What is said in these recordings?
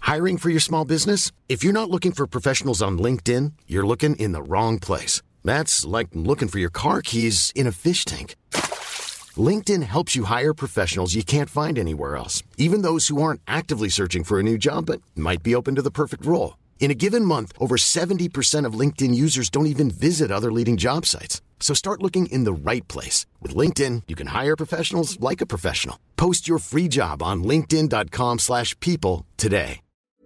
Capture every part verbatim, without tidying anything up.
Hiring for your small business? If you're not looking for professionals on LinkedIn, you're looking in the wrong place. That's like looking for your car keys in a fish tank. LinkedIn helps you hire professionals you can't find anywhere else, even those who aren't actively searching for a new job but might be open to the perfect role. In a given month, over seventy percent of LinkedIn users don't even visit other leading job sites. So start looking in the right place. With LinkedIn, you can hire professionals like a professional. Post your free job on linkedin.com slash people today.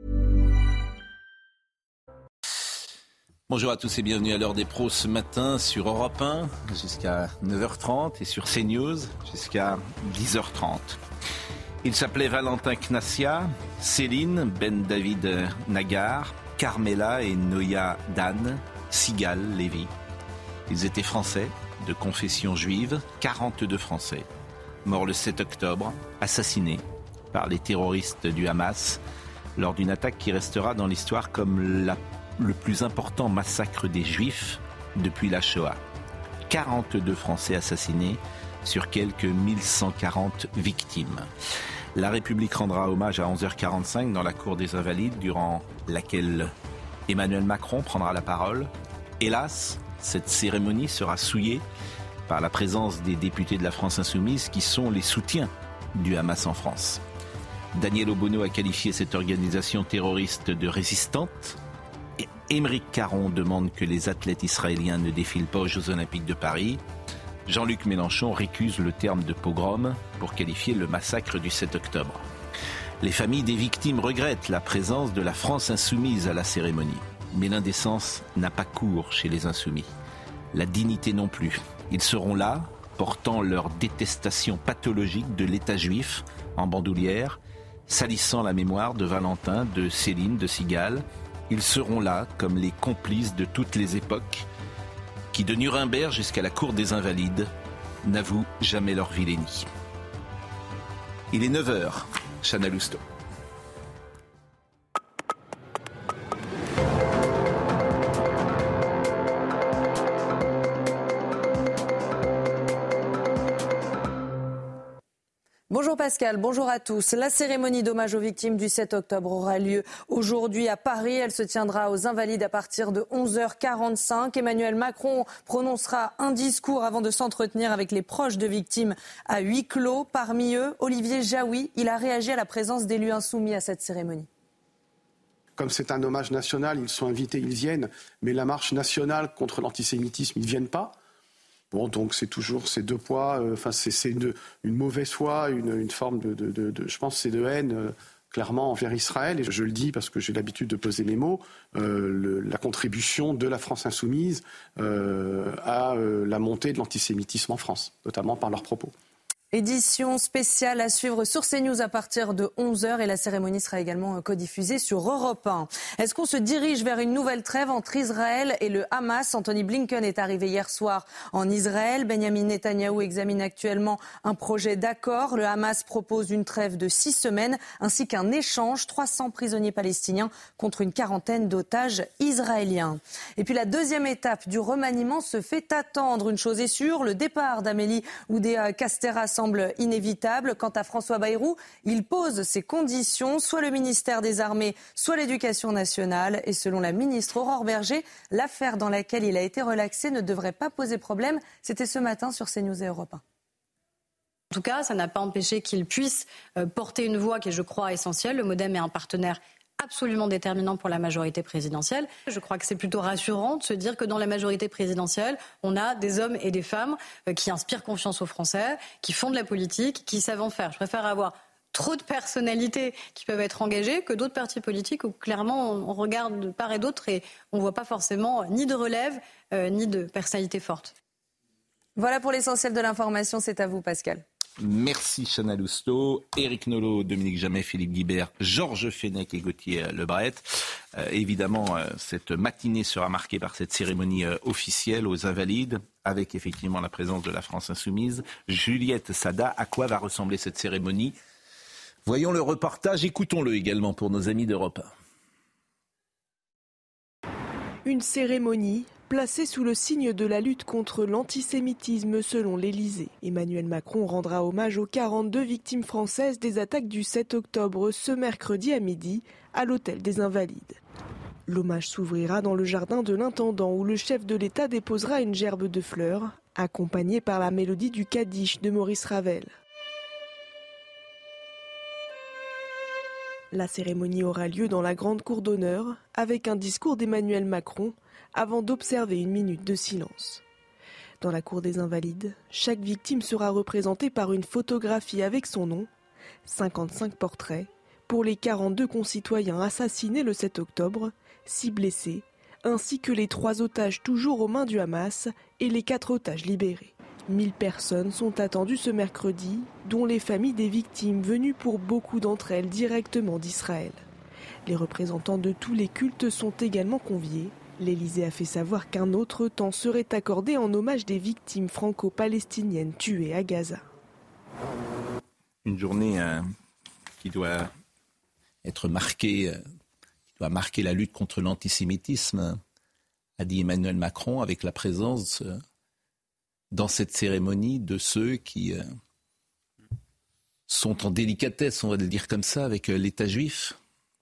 Bonjour à tous et bienvenue à l'heure des pros ce matin sur Europe un jusqu'à neuf heures trente et sur CNews jusqu'à dix heures trente. Il s'appelait Valentin Knassia, Céline, Ben David Nagar, Carmela et Noya Dan, Sigal Lévy. Ils étaient français, de confession juive, quarante-deux Français, morts le sept octobre, assassinés par les terroristes du Hamas lors d'une attaque qui restera dans l'histoire comme la le plus important massacre des Juifs depuis la Shoah. quarante-deux Français assassinés sur quelques mille cent quarante victimes. La République rendra hommage à onze heures quarante-cinq dans la cour des Invalides, durant laquelle Emmanuel Macron prendra la parole. Hélas, cette cérémonie sera souillée par la présence des députés de la France Insoumise qui sont les soutiens du Hamas en France. Daniel Obono a qualifié cette organisation terroriste de résistante. Émeric Caron demande que les athlètes israéliens ne défilent pas aux Jeux Olympiques de Paris. Jean-Luc Mélenchon récuse le terme de pogrom pour qualifier le massacre du sept octobre. Les familles des victimes regrettent la présence de la France insoumise à la cérémonie. Mais l'indécence n'a pas cours chez les insoumis. La dignité non plus. Ils seront là, portant leur détestation pathologique de l'État juif en bandoulière, salissant la mémoire de Valentin, de Céline, de Sigal. Ils seront là comme les complices de toutes les époques qui, de Nuremberg jusqu'à la cour des Invalides, n'avouent jamais leur vilainie. Il est neuf heures, Chana Lousteau. Bonjour Pascal, bonjour à tous. La cérémonie d'hommage aux victimes du sept octobre aura lieu aujourd'hui à Paris. Elle se tiendra aux Invalides à partir de onze heures quarante-cinq. Emmanuel Macron prononcera un discours avant de s'entretenir avec les proches de victimes à huis clos. Parmi eux, Olivier Jaoui. Il a réagi à la présence d'élus insoumis à cette cérémonie. Comme c'est un hommage national, ils sont invités, ils viennent. Mais la marche nationale contre l'antisémitisme, ils ne viennent pas. Bon, donc c'est toujours ces deux poids, enfin euh, c'est, c'est une, une mauvaise foi, une, une forme de, de, de, de, je pense, c'est de haine euh, clairement envers Israël. Et je, je le dis parce que j'ai l'habitude de peser mes mots, euh, le, la contribution de la France insoumise euh, à euh, la montée de l'antisémitisme en France, notamment par leurs propos. Édition spéciale à suivre sur CNews à partir de onze heures et la cérémonie sera également codiffusée sur Europe un. Est-ce qu'on se dirige vers une nouvelle trêve entre Israël et le Hamas ? Anthony Blinken est arrivé hier soir en Israël. Benjamin Netanyahou examine actuellement un projet d'accord. Le Hamas propose une trêve de six semaines ainsi qu'un échange, trois cents prisonniers palestiniens contre une quarantaine d'otages israéliens. Et puis la deuxième étape du remaniement se fait attendre. Une chose est sûre, le départ d'Amélie Oudéa-Castéra semble inévitable. Quant à François Bayrou, il pose ses conditions, soit le ministère des Armées, soit l'Éducation nationale. Et selon la ministre Aurore Berger, l'affaire dans laquelle il a été relaxé ne devrait pas poser problème. C'était ce matin sur CNews et Europe un. En tout cas, ça n'a pas empêché qu'il puisse porter une voix qui est, je crois, essentielle. Le MoDem est un partenaire absolument déterminant pour la majorité présidentielle. Je crois que c'est plutôt rassurant de se dire que dans la majorité présidentielle, on a des hommes et des femmes qui inspirent confiance aux Français, qui font de la politique, qui savent en faire. Je préfère avoir trop de personnalités qui peuvent être engagées que d'autres partis politiques où clairement on regarde de part et d'autre et on ne voit pas forcément ni de relève euh, ni de personnalité forte. Voilà pour l'essentiel de l'information. C'est à vous, Pascal. Merci Chana Lousteau, Éric Nolot, Dominique Jamais, Philippe Guibert, Georges Fenech et Gauthier Lebret. Euh, évidemment, euh, cette matinée sera marquée par cette cérémonie euh, officielle aux Invalides, avec effectivement la présence de la France Insoumise. Juliette Sada, à quoi va ressembler cette cérémonie ? Voyons le reportage, écoutons-le également pour nos amis d'Europe un. Une cérémonie placé sous le signe de la lutte contre l'antisémitisme selon l'Élysée. Emmanuel Macron rendra hommage aux quarante-deux victimes françaises des attaques du sept octobre ce mercredi à midi à l'hôtel des Invalides. L'hommage s'ouvrira dans le jardin de l'intendant où le chef de l'État déposera une gerbe de fleurs, accompagnée par la mélodie du Kaddish de Maurice Ravel. La cérémonie aura lieu dans la grande cour d'honneur avec un discours d'Emmanuel Macron avant d'observer une minute de silence. Dans la cour des Invalides, chaque victime sera représentée par une photographie avec son nom, cinquante-cinq portraits, pour les quarante-deux concitoyens assassinés le sept octobre, six blessés, ainsi que les trois otages toujours aux mains du Hamas et les quatre otages libérés. mille personnes sont attendues ce mercredi, dont les familles des victimes venues pour beaucoup d'entre elles directement d'Israël. Les représentants de tous les cultes sont également conviés. L'Élysée a fait savoir qu'un autre temps serait accordé en hommage des victimes franco-palestiniennes tuées à Gaza. Une journée euh, qui doit être marquée, euh, qui doit marquer la lutte contre l'antisémitisme, a dit Emmanuel Macron, avec la présence euh, dans cette cérémonie de ceux qui euh, sont en délicatesse, on va le dire comme ça, avec euh, l'État juif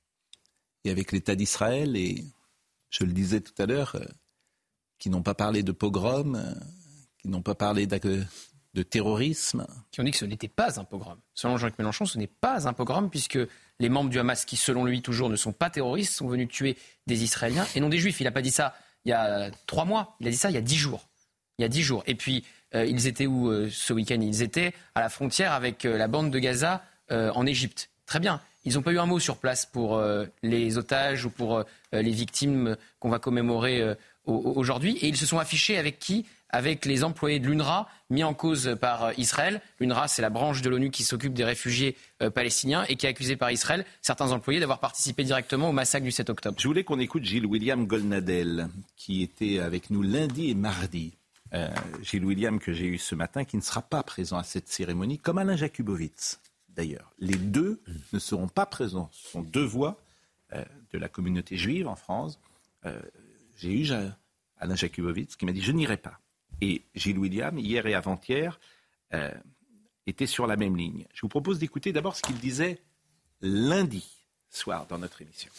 et avec l'État d'Israël. Et je le disais tout à l'heure, euh, qui n'ont pas parlé de pogrom, euh, qui n'ont pas parlé de, de terrorisme. Qui ont dit que ce n'était pas un pogrom. Selon Jean-Luc Mélenchon, ce n'est pas un pogrom puisque les membres du Hamas, qui selon lui toujours ne sont pas terroristes, sont venus tuer des Israéliens et non des Juifs. Il n'a pas dit ça il y a trois mois, il a dit ça il y a dix jours. Il y a dix jours. Et puis, euh, ils étaient où euh, ce week-end ? Ils étaient à la frontière avec euh, la bande de Gaza euh, en Égypte. Très bien. Ils n'ont pas eu un mot sur place pour euh, les otages ou pour euh, les victimes qu'on va commémorer euh, aujourd'hui. Et ils se sont affichés avec qui ? Avec les employés de l'UNRWA, mis en cause par Israël. L'UNRWA, c'est la branche de l'ONU qui s'occupe des réfugiés euh, palestiniens et qui est accusée par Israël, certains employés, d'avoir participé directement au massacre du sept octobre. Je voulais qu'on écoute Gilles William Golnadel, qui était avec nous lundi et mardi. Euh, Gilles William, que j'ai eu ce matin, qui ne sera pas présent à cette cérémonie, comme Alain Jakubowicz, d'ailleurs. Les deux ne seront pas présents. Ce sont deux voix euh, de la communauté juive en France. Euh, j'ai eu Alain Jakubowicz qui m'a dit « je n'irai pas ». Et Gilles William, hier et avant-hier, euh, était sur la même ligne. Je vous propose d'écouter d'abord ce qu'il disait lundi soir dans notre émission.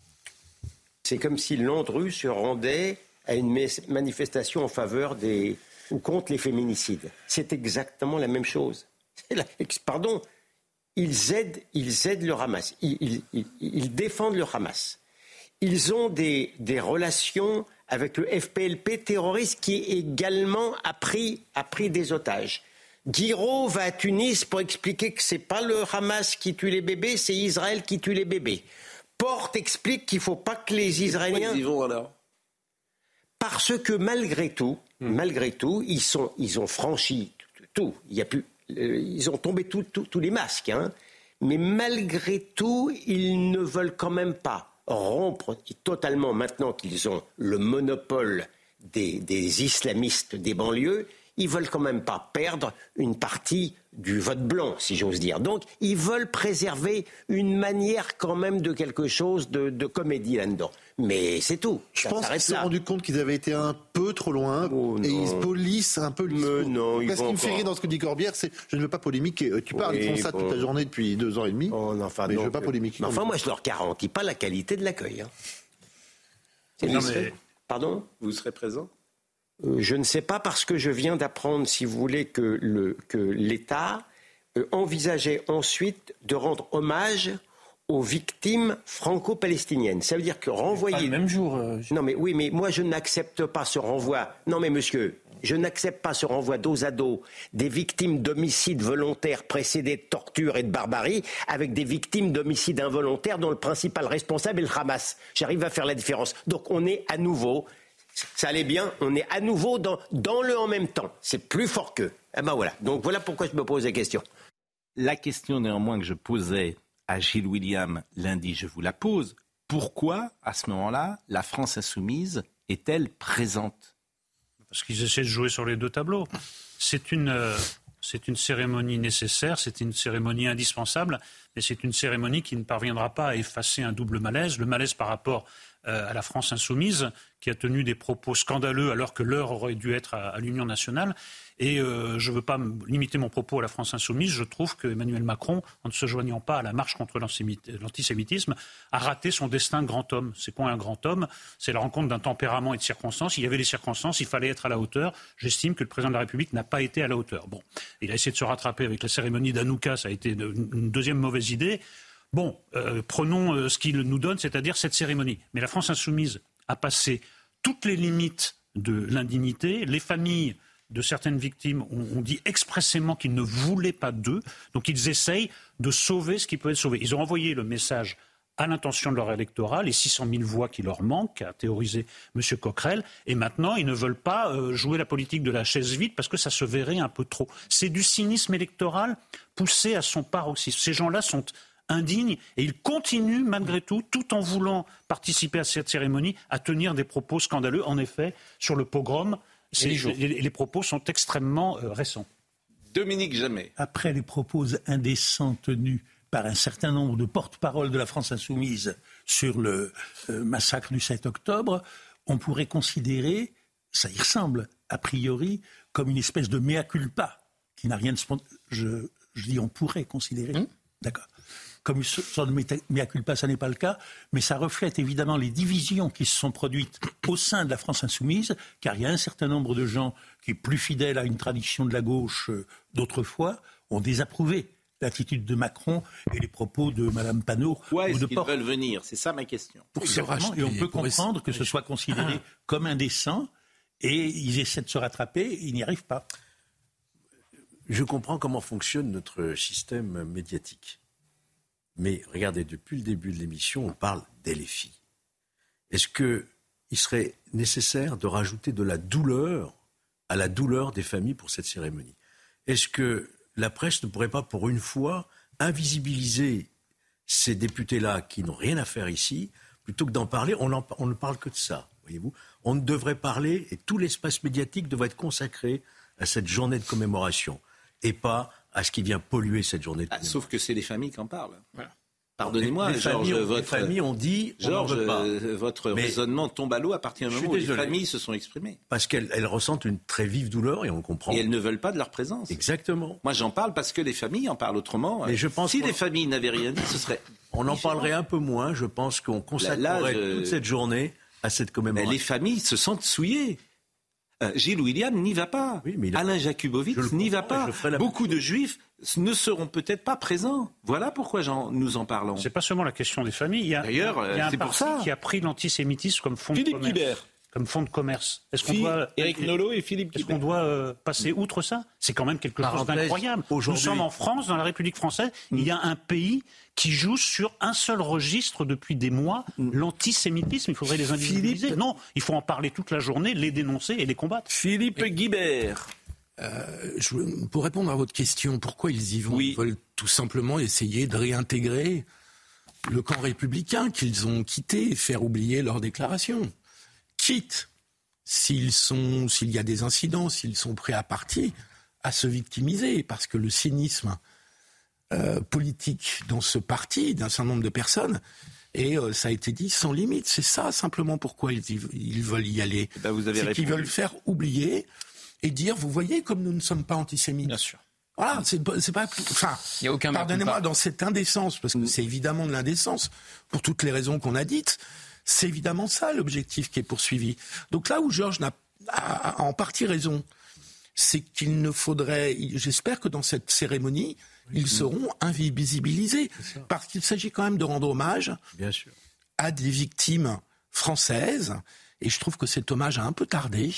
C'est comme si Landru se rendait à une manifestation en faveur des ou contre les féminicides. C'est exactement la même chose. La, pardon, ils aident, ils aident le Hamas. Ils, ils, ils, ils défendent le Hamas. Ils ont des, des relations avec le F P L P terroriste qui également a pris, a pris des otages. Guiraud va à Tunis pour expliquer que ce n'est pas le Hamas qui tue les bébés, c'est Israël qui tue les bébés. Porte explique qu'il ne faut pas que les Israéliens... Pourquoi ils y vont alors ? Parce que malgré tout, mmh. malgré tout, ils, sont, ils ont franchi tout. tout. Il y a plus, euh, ils ont tombé tous tout, tout les masques. Hein. Mais malgré tout, ils ne veulent quand même pas rompre totalement, maintenant qu'ils ont le monopole des, des islamistes des banlieues, ils ne veulent quand même pas perdre une partie du vote blanc, si j'ose dire. Donc, ils veulent préserver une manière quand même de quelque chose de, de comédie là-dedans. Mais c'est tout. Je ça pense qu'ils se sont rendus compte qu'ils avaient été un peu trop loin oh, et ils se polissent un peu le discours. Non, Parce qu'il me fait rire dans ce que dit Corbière, c'est je ne veux pas polémiquer. Tu parles, oui, ils font ça bon. toute la journée depuis deux ans et demi. Oh, non, enfin, mais non, je ne veux pas polémiquer. Mais enfin, moi, je ne leur garantis pas la qualité de l'accueil. Hein. Non, mais... Pardon ? Vous serez présent ? euh, Je ne sais pas parce que je viens d'apprendre, si vous voulez, que, le, que l'État euh, envisageait ensuite de rendre hommage aux victimes franco-palestiniennes. Ça veut dire que renvoyer... Pas le même jour. Euh, je... Non mais oui, mais moi je n'accepte pas ce renvoi. Non mais monsieur, je n'accepte pas ce renvoi dos à dos des victimes d'homicides volontaires précédés de torture et de barbarie avec des victimes d'homicides involontaires dont le principal responsable est le Hamas. J'arrive à faire la différence. Donc on est à nouveau, ça allait bien, on est à nouveau dans, dans le en même temps. C'est plus fort qu'eux. Eh ben voilà. Donc voilà pourquoi je me pose la question. La question néanmoins que je posais à Gilles William lundi, je vous la pose. Pourquoi, à ce moment-là, la France insoumise est-elle présente ? Parce qu'ils essaient de jouer sur les deux tableaux. C'est une, euh, c'est une cérémonie nécessaire, c'est une cérémonie indispensable, et c'est une cérémonie qui ne parviendra pas à effacer un double malaise. Le malaise par rapport euh, à la France insoumise, qui a tenu des propos scandaleux alors que l'heure aurait dû être à, à l'Union nationale. Et euh, je ne veux pas limiter mon propos à la France insoumise. Je trouve que Emmanuel Macron, en ne se joignant pas à la marche contre l'antisémitisme, a raté son destin de grand homme. C'est quoi un grand homme ? C'est la rencontre d'un tempérament et de circonstances. Il y avait les circonstances, il fallait être à la hauteur. J'estime que le président de la République n'a pas été à la hauteur. Bon, il a essayé de se rattraper avec la cérémonie d'Hanouka, ça a été une deuxième mauvaise idée. Bon, euh, prenons euh, ce qu'il nous donne, c'est-à-dire cette cérémonie. Mais la France insoumise a passé toutes les limites de l'indignité. Les familles de certaines victimes ont, ont dit expressément qu'ils ne voulaient pas d'eux. Donc ils essayent de sauver ce qui peut être sauvé. Ils ont envoyé le message à l'intention de leur électorat, les six cent mille voix qui leur manquent, a théorisé M. Coquerel. Et maintenant, ils ne veulent pas euh, jouer la politique de la chaise vide parce que ça se verrait un peu trop. C'est du cynisme électoral poussé à son paroxysme. Ces gens-là sont indignes et ils continuent malgré tout, tout en voulant participer à cette cérémonie, à tenir des propos scandaleux. En effet, sur le pogrom, les, les, les propos sont extrêmement euh, récents. Dominique Jamais. Après les propos indécents tenus par un certain nombre de porte-parole de la France insoumise sur le euh, massacre du sept octobre, on pourrait considérer, ça y ressemble a priori, comme une espèce de mea culpa, qui n'a rien de spontané. Je, je dis on pourrait considérer, mmh. d'accord, comme une sorte de mea culpa, ça n'est pas le cas, mais ça reflète évidemment les divisions qui se sont produites au sein de la France insoumise, car il y a un certain nombre de gens qui, plus fidèles à une tradition de la gauche euh, d'autrefois, ont désapprouvé l'attitude de Macron et les propos de Mme Panot. Où est-ce ou de qu'ils Porte. veulent venir ? C'est ça ma question. Pour se racheter, et on peut comprendre que ce soit considéré ah. comme indécent, et ils essaient de se rattraper, et ils n'y arrivent pas. Je comprends comment fonctionne notre système médiatique. Mais regardez, depuis le début de l'émission, on parle d'L F I. Est-ce qu'il serait nécessaire de rajouter de la douleur à la douleur des familles pour cette cérémonie ? Est-ce que la presse ne pourrait pas, pour une fois, invisibiliser ces députés-là qui n'ont rien à faire ici, plutôt que d'en parler, on, en, on ne parle que de ça, voyez-vous. On ne devrait parler, et tout l'espace médiatique devrait être consacré à cette journée de commémoration, et pas à ce qui vient polluer cette journée de commémoration. Ah, sauf que c'est les familles qui en parlent. Voilà. Pardonnez-moi, les Georges, familles, votre, les familles ont dit, Georges, on pas. votre Mais raisonnement tombe à l'eau à partir du moment où désolé. les familles se sont exprimées. Parce qu'elles elles ressentent une très vive douleur et on comprend. Et elles ne veulent pas de leur présence. Exactement. Moi, j'en parle parce que les familles en parlent autrement. Mais je pense si les familles n'avaient rien dit, ce serait... On en parlerait un peu moins. Je pense qu'on consacrerait là, là, je... toute cette journée à cette commémoration. Mais les familles se sentent souillées. Euh, Gilles William n'y va pas. Oui, mais a... Alain Jakubowicz n'y va pas. Beaucoup de juifs ne seront peut-être pas présents. Voilà pourquoi j'en, nous en parlons. C'est pas seulement la question des familles. Il y a, D'ailleurs, il y a un c'est parti pour ça. qui a pris l'antisémitisme comme fond Philippe de commerce. Guibert. Comme fond de commerce. Est-ce qu'on Philippe, doit, Éric Nolot et Philippe Est-ce qu'on doit euh, passer outre ça ? C'est quand même quelque chose d'incroyable. Nous sommes en France, dans la République française. Mmh. Il y a un pays qui joue sur un seul registre depuis des mois, mmh. l'antisémitisme. Il faudrait les invisibiliser. Philippe... Non, il faut en parler toute la journée, les dénoncer et les combattre. Philippe et... Guibert. Euh, je, pour répondre à votre question, pourquoi ils y vont ? Oui. Ils veulent tout simplement essayer de réintégrer le camp républicain qu'ils ont quitté et faire oublier leurs déclarations. Quitte, s'ils sont, s'il y a des incidents, s'ils sont prêts à partir, à se victimiser, parce que le cynisme euh, politique dans ce parti, d'un certain nombre de personnes, et euh, ça a été dit, sans limite. C'est ça simplement pourquoi ils, ils veulent y aller. Ben vous avez C'est répondu. Qu'ils veulent faire oublier et dire, vous voyez, comme nous ne sommes pas antisémites. Bien sûr. Voilà, c'est, c'est pas... Enfin, il y a aucun pardonnez-moi, dans cette indécence, parce que c'est évidemment de l'indécence, pour toutes les raisons qu'on a dites, c'est évidemment ça l'objectif qui est poursuivi. Donc là où Georges n'a, a, a en partie raison, c'est qu'il ne faudrait... J'espère que dans cette cérémonie, ils seront invisibilisés, parce qu'il s'agit quand même de rendre hommage Bien sûr. à des victimes françaises, et je trouve que cet hommage a un peu tardé,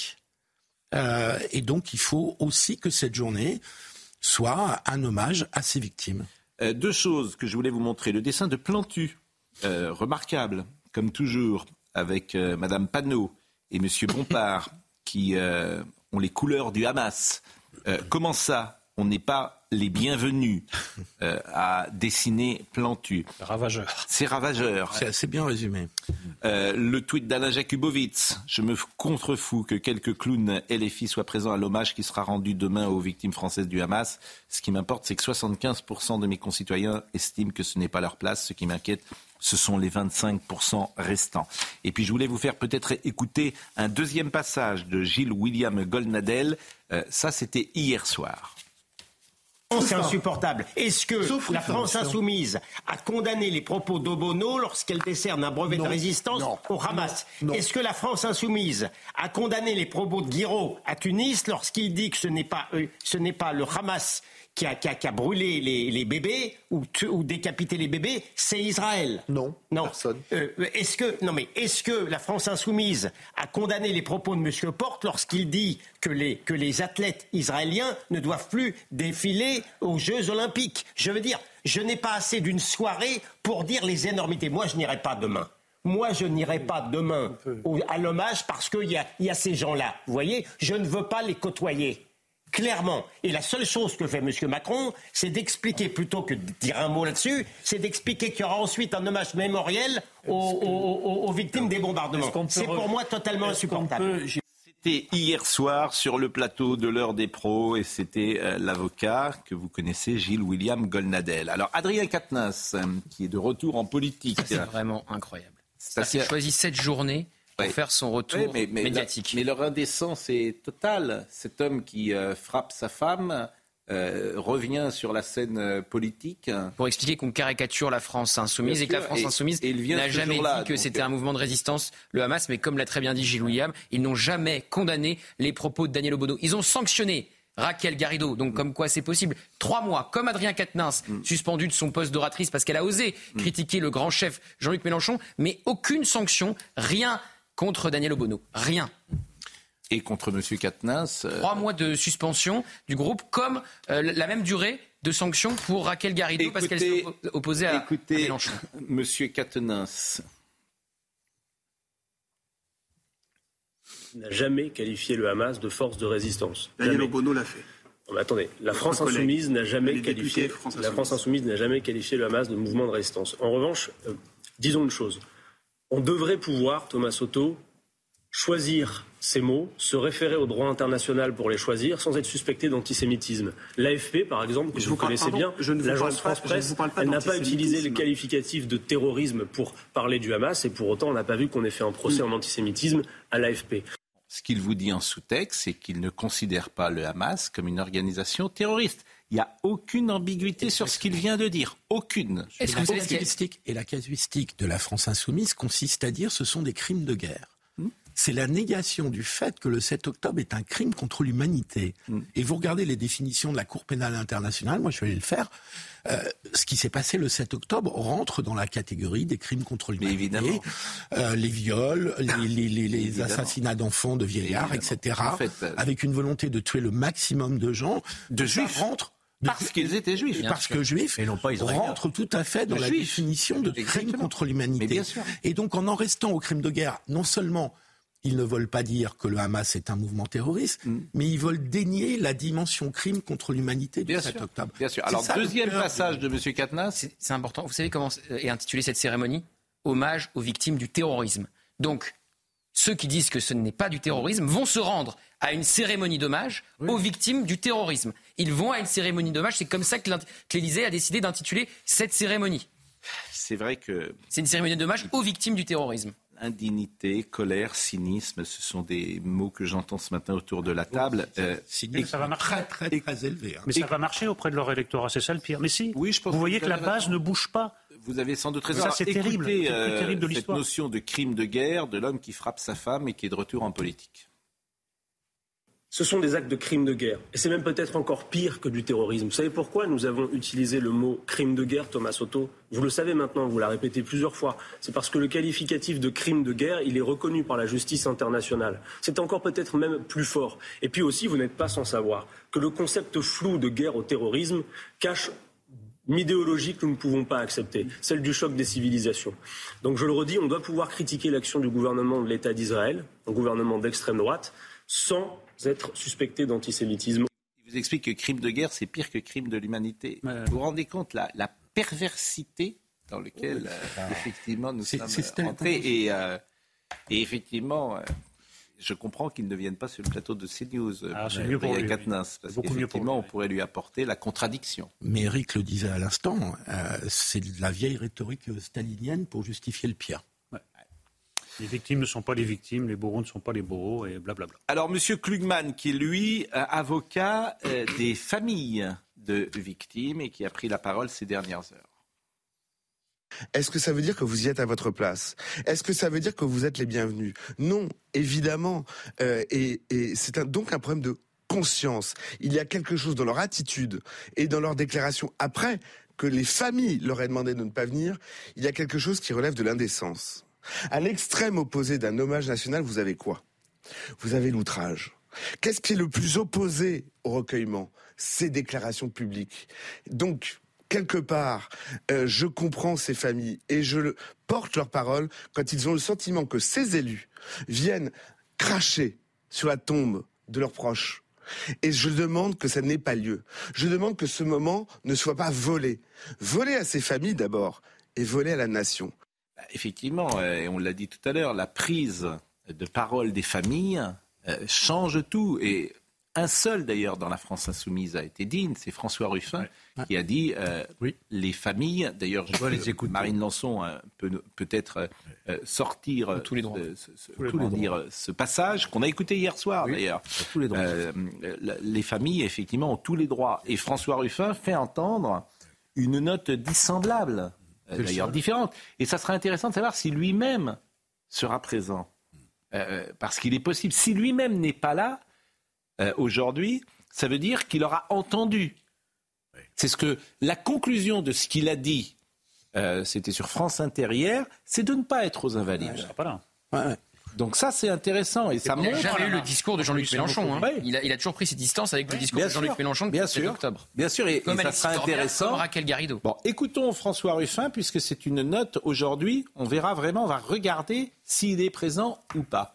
euh, et donc il faut aussi que cette journée soit un hommage à ces victimes. Euh, deux choses que je voulais vous montrer. Le dessin de Plantu, euh, remarquable, comme toujours, avec euh, Madame Panot et Monsieur Bompard, qui euh, ont les couleurs du Hamas. Euh, comment ça ? on n'est pas les bienvenus euh, à dessiner Plantu. C'est ravageur. C'est ravageur. C'est assez bien résumé. Euh, le tweet d'Alain Jakubowicz. Je me contrefous que quelques clowns L F I soient présents à l'hommage qui sera rendu demain aux victimes françaises du Hamas. Ce qui m'importe, c'est que soixante-quinze pour cent de mes concitoyens estiment que ce n'est pas leur place. Ce qui m'inquiète, ce sont les vingt-cinq pour cent restants. Et puis je voulais vous faire peut-être écouter un deuxième passage de Gilles William Goldnadel. Euh, ça, c'était hier soir. C'est insupportable. Est-ce que Sauf la France insoumise a condamné les propos d'Obono lorsqu'elle décerne un brevet non, de résistance non, au Hamas? Non, Est-ce que la France insoumise a condamné les propos de Guiraud à Tunis lorsqu'il dit que ce n'est pas, euh, ce n'est pas le Hamas qui a, qui a, qui a brûlé les, les bébés ou, tu, ou décapité les bébés, c'est Israël? Non, non. Personne. Euh, est-ce que, non mais est-ce que la France insoumise a condamné les propos de M. Porte lorsqu'il dit que les, que les athlètes israéliens ne doivent plus défiler aux Jeux Olympiques? Je veux dire, je n'ai pas assez d'une soirée pour dire les énormités. Moi, je n'irai pas demain. Moi, je n'irai pas demain au, à l'hommage parce qu'il y a, y a ces gens-là. Vous voyez, je ne veux pas les côtoyer. Clairement. Et la seule chose que fait M. Macron, c'est d'expliquer, plutôt que de dire un mot là-dessus, c'est d'expliquer qu'il y aura ensuite un hommage mémoriel aux, aux, aux victimes des bombardements. C'est pour moi totalement insupportable. C'était hier soir sur le plateau de l'heure des pros et c'était euh, l'avocat que vous connaissez, Gilles William Goldnadel. Alors Adrien Quatennens, euh, qui est de retour en politique. Ça, c'est vraiment incroyable. Ça, c'est... Il a choisi cette journée pour ouais. faire son retour ouais, mais, mais médiatique. La, mais leur indécence est totale. Cet homme qui euh, frappe sa femme euh, revient sur la scène euh, politique. Pour expliquer qu'on caricature la France insoumise bien et sûr, que la France et, insoumise et n'a jamais dit que c'était un mouvement de résistance, le Hamas, mais comme l'a très bien dit Gilles William, ils n'ont jamais condamné les propos de Daniel Obono. Ils ont sanctionné Raquel Garrido, donc comme quoi c'est possible. Trois mois, comme Adrien Quatennens, mm. suspendu de son poste d'oratrice parce qu'elle a osé mm. critiquer le grand chef Jean-Luc Mélenchon, mais aucune sanction, rien contre Daniel Obono. Rien. Et contre M. Quatennens. Euh... Trois mois de suspension du groupe, comme euh, la même durée de sanction pour Raquel Garrido, écoutez, parce qu'elle s'est opposée à, écoutez, à Mélenchon. M. Quatennens n'a jamais qualifié le Hamas de force de résistance. Daniel Obono l'a fait. Non, mais attendez, la France insoumise n'a jamais qualifié la France insoumise n'a jamais qualifié le Hamas de mouvement de résistance. En revanche, euh, disons une chose. On devrait pouvoir, Thomas Soto, choisir ces mots, se référer au droit international pour les choisir, sans être suspecté d'antisémitisme. L'A F P, par exemple, que vous, vous connaissez pardon, bien, l'agence France-Presse, elle n'a pas utilisé le qualificatif de terrorisme pour parler du Hamas, et pour autant, on n'a pas vu qu'on ait fait un procès en antisémitisme à l'A F P. Ce qu'il vous dit en sous-texte, c'est qu'il ne considère pas le Hamas comme une organisation terroriste. Il n'y a aucune ambiguïté sur ce qu'il vient de dire. Aucune. Est-ce que la casuistique et la casuistique de la France insoumise consiste à dire que ce sont des crimes de guerre. Hmm. C'est la négation du fait que le sept octobre est un crime contre l'humanité. Hmm. Et vous regardez les définitions de la Cour pénale internationale, moi je vais aller le faire, euh, ce qui s'est passé le sept octobre rentre dans la catégorie des crimes contre l'humanité. Euh, les viols, les, les, les, les assassinats d'enfants, de vieillards, et cetera. En fait, euh... avec une volonté de tuer le maximum de gens. De juifs. Rentre Parce qu'ils étaient juifs. Bien parce sûr. Que juifs et non pas rentrent tout à fait dans le la juif. Définition de crime contre l'humanité. Et donc en en restant au crime de guerre, non seulement ils ne veulent pas dire que le Hamas est un mouvement terroriste, mm. mais ils veulent dénier la dimension crime contre l'humanité du sept octobre. Bien sûr. Alors deuxième passage de M. Quatennens. C'est, c'est important. Vous savez comment est intitulée cette cérémonie ? Hommage aux victimes du terrorisme. Donc ceux qui disent que ce n'est pas du terrorisme vont se rendre à une cérémonie d'hommage oui. aux victimes du terrorisme. Ils vont à une cérémonie d'hommage. C'est comme ça que l'Élysée a décidé d'intituler cette cérémonie. C'est vrai que... C'est une cérémonie d'hommage aux victimes du terrorisme. Indignité, colère, cynisme, ce sont des mots que j'entends ce matin autour de la table. Euh, cynisme, ça va marcher. Très, très, très élevé. Hein. Mais ça va marcher auprès de leur électorat, c'est ça le pire. Mais si, oui, je pense vous voyez que, que la base raison. Ne bouge pas. Vous avez sans doute raison. Ça, c'est Écoutez, terrible. C'est euh, terrible de cette l'histoire. Notion de crime de guerre de l'homme qui frappe sa femme et qui est de retour en politique. Ce sont des actes de crime de guerre. Et c'est même peut-être encore pire que du terrorisme. Vous savez pourquoi nous avons utilisé le mot crime de guerre, Thomas Soto ? Vous le savez maintenant, vous l'avez répété plusieurs fois. C'est parce que le qualificatif de crime de guerre, il est reconnu par la justice internationale. C'est encore peut-être même plus fort. Et puis aussi, vous n'êtes pas sans savoir que le concept flou de guerre au terrorisme cache une idéologie que nous ne pouvons pas accepter, celle du choc des civilisations. Donc je le redis, on doit pouvoir critiquer l'action du gouvernement de l'État d'Israël, un gouvernement d'extrême droite, sans être suspecté d'antisémitisme. Je vous explique que crime de guerre, c'est pire que crime de l'humanité. Ouais. Vous vous rendez compte la, la perversité dans laquelle, euh, effectivement, nous c'est, sommes c'est euh, entrés. Et, euh, et effectivement, euh, je comprends qu'ils ne viennent pas sur le plateau de CNews. Ah, c'est mieux pour lui. Parce qu'effectivement, on pourrait lui apporter la contradiction. Mais Eric le disait à l'instant, euh, c'est de la vieille rhétorique stalinienne pour justifier le pire. Ouais. Les victimes ne sont pas les victimes, les bourreaux ne sont pas les bourreaux, et blablabla. Alors, M. Klugman, qui est, lui, avocat euh, des familles de victimes et qui a pris la parole ces dernières heures. Est-ce que ça veut dire que vous y êtes à votre place ? Est-ce que ça veut dire que vous êtes les bienvenus ? Non, évidemment. Euh, et, et c'est un, donc un problème de conscience. Il y a quelque chose dans leur attitude et dans leur déclaration après que les familles leur aient demandé de ne pas venir. Il y a quelque chose qui relève de l'indécence. À l'extrême opposé d'un hommage national, vous avez quoi ? Vous avez l'outrage. Qu'est-ce qui est le plus opposé au recueillement ? Ces déclarations publiques. Donc, quelque part, euh, je comprends ces familles et je le, porte leur parole quand ils ont le sentiment que ces élus viennent cracher sur la tombe de leurs proches. Et je demande que ça n'ait pas lieu. Je demande que ce moment ne soit pas volé. Volé à ces familles d'abord et volé à la nation. Effectivement, et on l'a dit tout à l'heure, la prise de parole des familles euh, change tout. Et un seul, d'ailleurs, dans la France insoumise a été digne, c'est François Ruffin, ouais. qui a dit euh, oui. les familles, d'ailleurs, je dois les écouter. Marine Lançon euh, peut peut-être euh, sortir euh, tous les droits. Euh, ce, ce, tous les dire, droits. ce passage qu'on a écouté hier soir, oui. d'ailleurs. Tous les, droits. Euh, les familles, effectivement, ont tous les droits. Et François Ruffin fait entendre une note dissemblable, euh, d'ailleurs ça. différente. Et ça sera intéressant de savoir si lui-même sera présent. Euh, parce qu'il est possible, si lui-même n'est pas là, Euh, aujourd'hui, ça veut dire qu'il aura entendu. Oui. C'est ce que la conclusion de ce qu'il a dit, euh, c'était sur France Inter hier, c'est de ne pas être aux Invalides. Ouais, je serai pas là. Ouais, ouais. Donc ça, c'est intéressant et, et ça montre. Il n'a jamais eu le discours de Jean-Luc Mélenchon. Hein. Ouais. Il, a, il a toujours pris ses distances avec le discours bien de Jean-Luc sûr. Mélenchon depuis le sept octobre. Bien sûr, et, et ça sera intéressant. Comme Raquel Garrido. Bon, écoutons François Ruffin, puisque c'est une note aujourd'hui. On verra vraiment, on va regarder s'il est présent ou pas.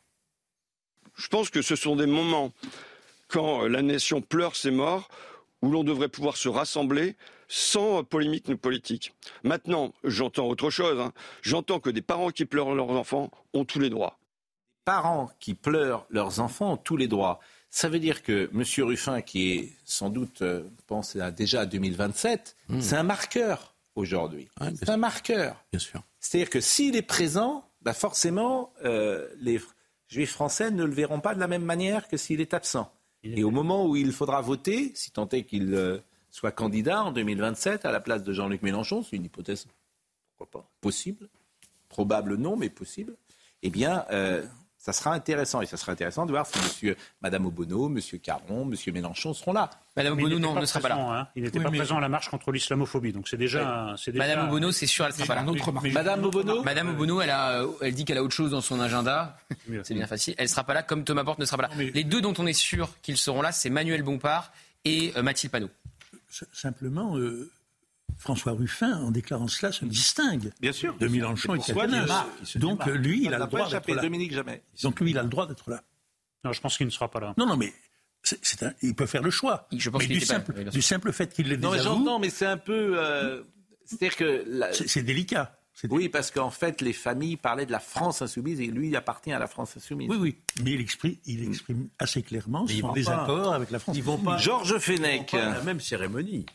Je pense que ce sont des moments, quand la nation pleure ses morts, où l'on devrait pouvoir se rassembler sans polémique ni politique. Maintenant, j'entends autre chose. Hein. J'entends que des parents qui pleurent leurs enfants ont tous les droits. Des parents qui pleurent leurs enfants ont tous les droits. Ça veut dire que M. Ruffin, qui est sans doute, euh, pense à, déjà à deux mille vingt-sept, mmh. c'est un marqueur aujourd'hui. Ouais, c'est un marqueur. Bien sûr. C'est-à-dire que s'il est présent, bah forcément, euh, les Juifs français ne le verront pas de la même manière que s'il est absent. Et au moment où il faudra voter, si tant est qu'il euh, soit candidat en deux mille vingt-sept à la place de Jean-Luc Mélenchon, c'est une hypothèse, pourquoi pas, possible, probable non, mais possible, eh bien, euh, ça sera intéressant. Et ça sera intéressant de voir si monsieur, Madame Obono, monsieur Caron, monsieur Mélenchon seront là. Madame Obono, non, ne sera pas là. Hein. Il n'était oui, pas mais... présent à la marche contre l'islamophobie, donc c'est déjà... Oui. c'est déjà... Madame Obono, c'est sûr, elle ne sera pas là. Autre mais, mais Madame Obono, Madame Obono, elle, a, elle dit qu'elle a autre chose dans son agenda. C'est bien facile. Elle ne sera pas là, comme Thomas Porte ne sera pas là. Non, mais... Les deux dont on est sûr qu'ils seront là, c'est Manuel Bompard et euh, Mathilde Panot. Simplement, euh, François Ruffin, en déclarant cela, se distingue bien sûr, de Mélenchon et Castaner. Donc lui, il a le droit d'être là. Dominique Jamais. Donc lui, il a le droit d'être là. Non, je pense qu'il ne sera pas là. Non, non, mais c'est, c'est un, il peut faire le choix. Je pense mais qu'il du, simple, pas, du simple fait qu'il le désavoue... Non, mais j'entends, mais c'est un peu... Euh, c'est-à-dire que... La... C'est, c'est délicat. C'est oui, parce qu'en fait, les familles parlaient de la France insoumise et lui, il appartient à la France insoumise. Oui, oui, mais il exprime, il exprime assez clairement son désaccord avec la France ils vont pas, Georges Fenech. Ils vont pas à la même cérémonie.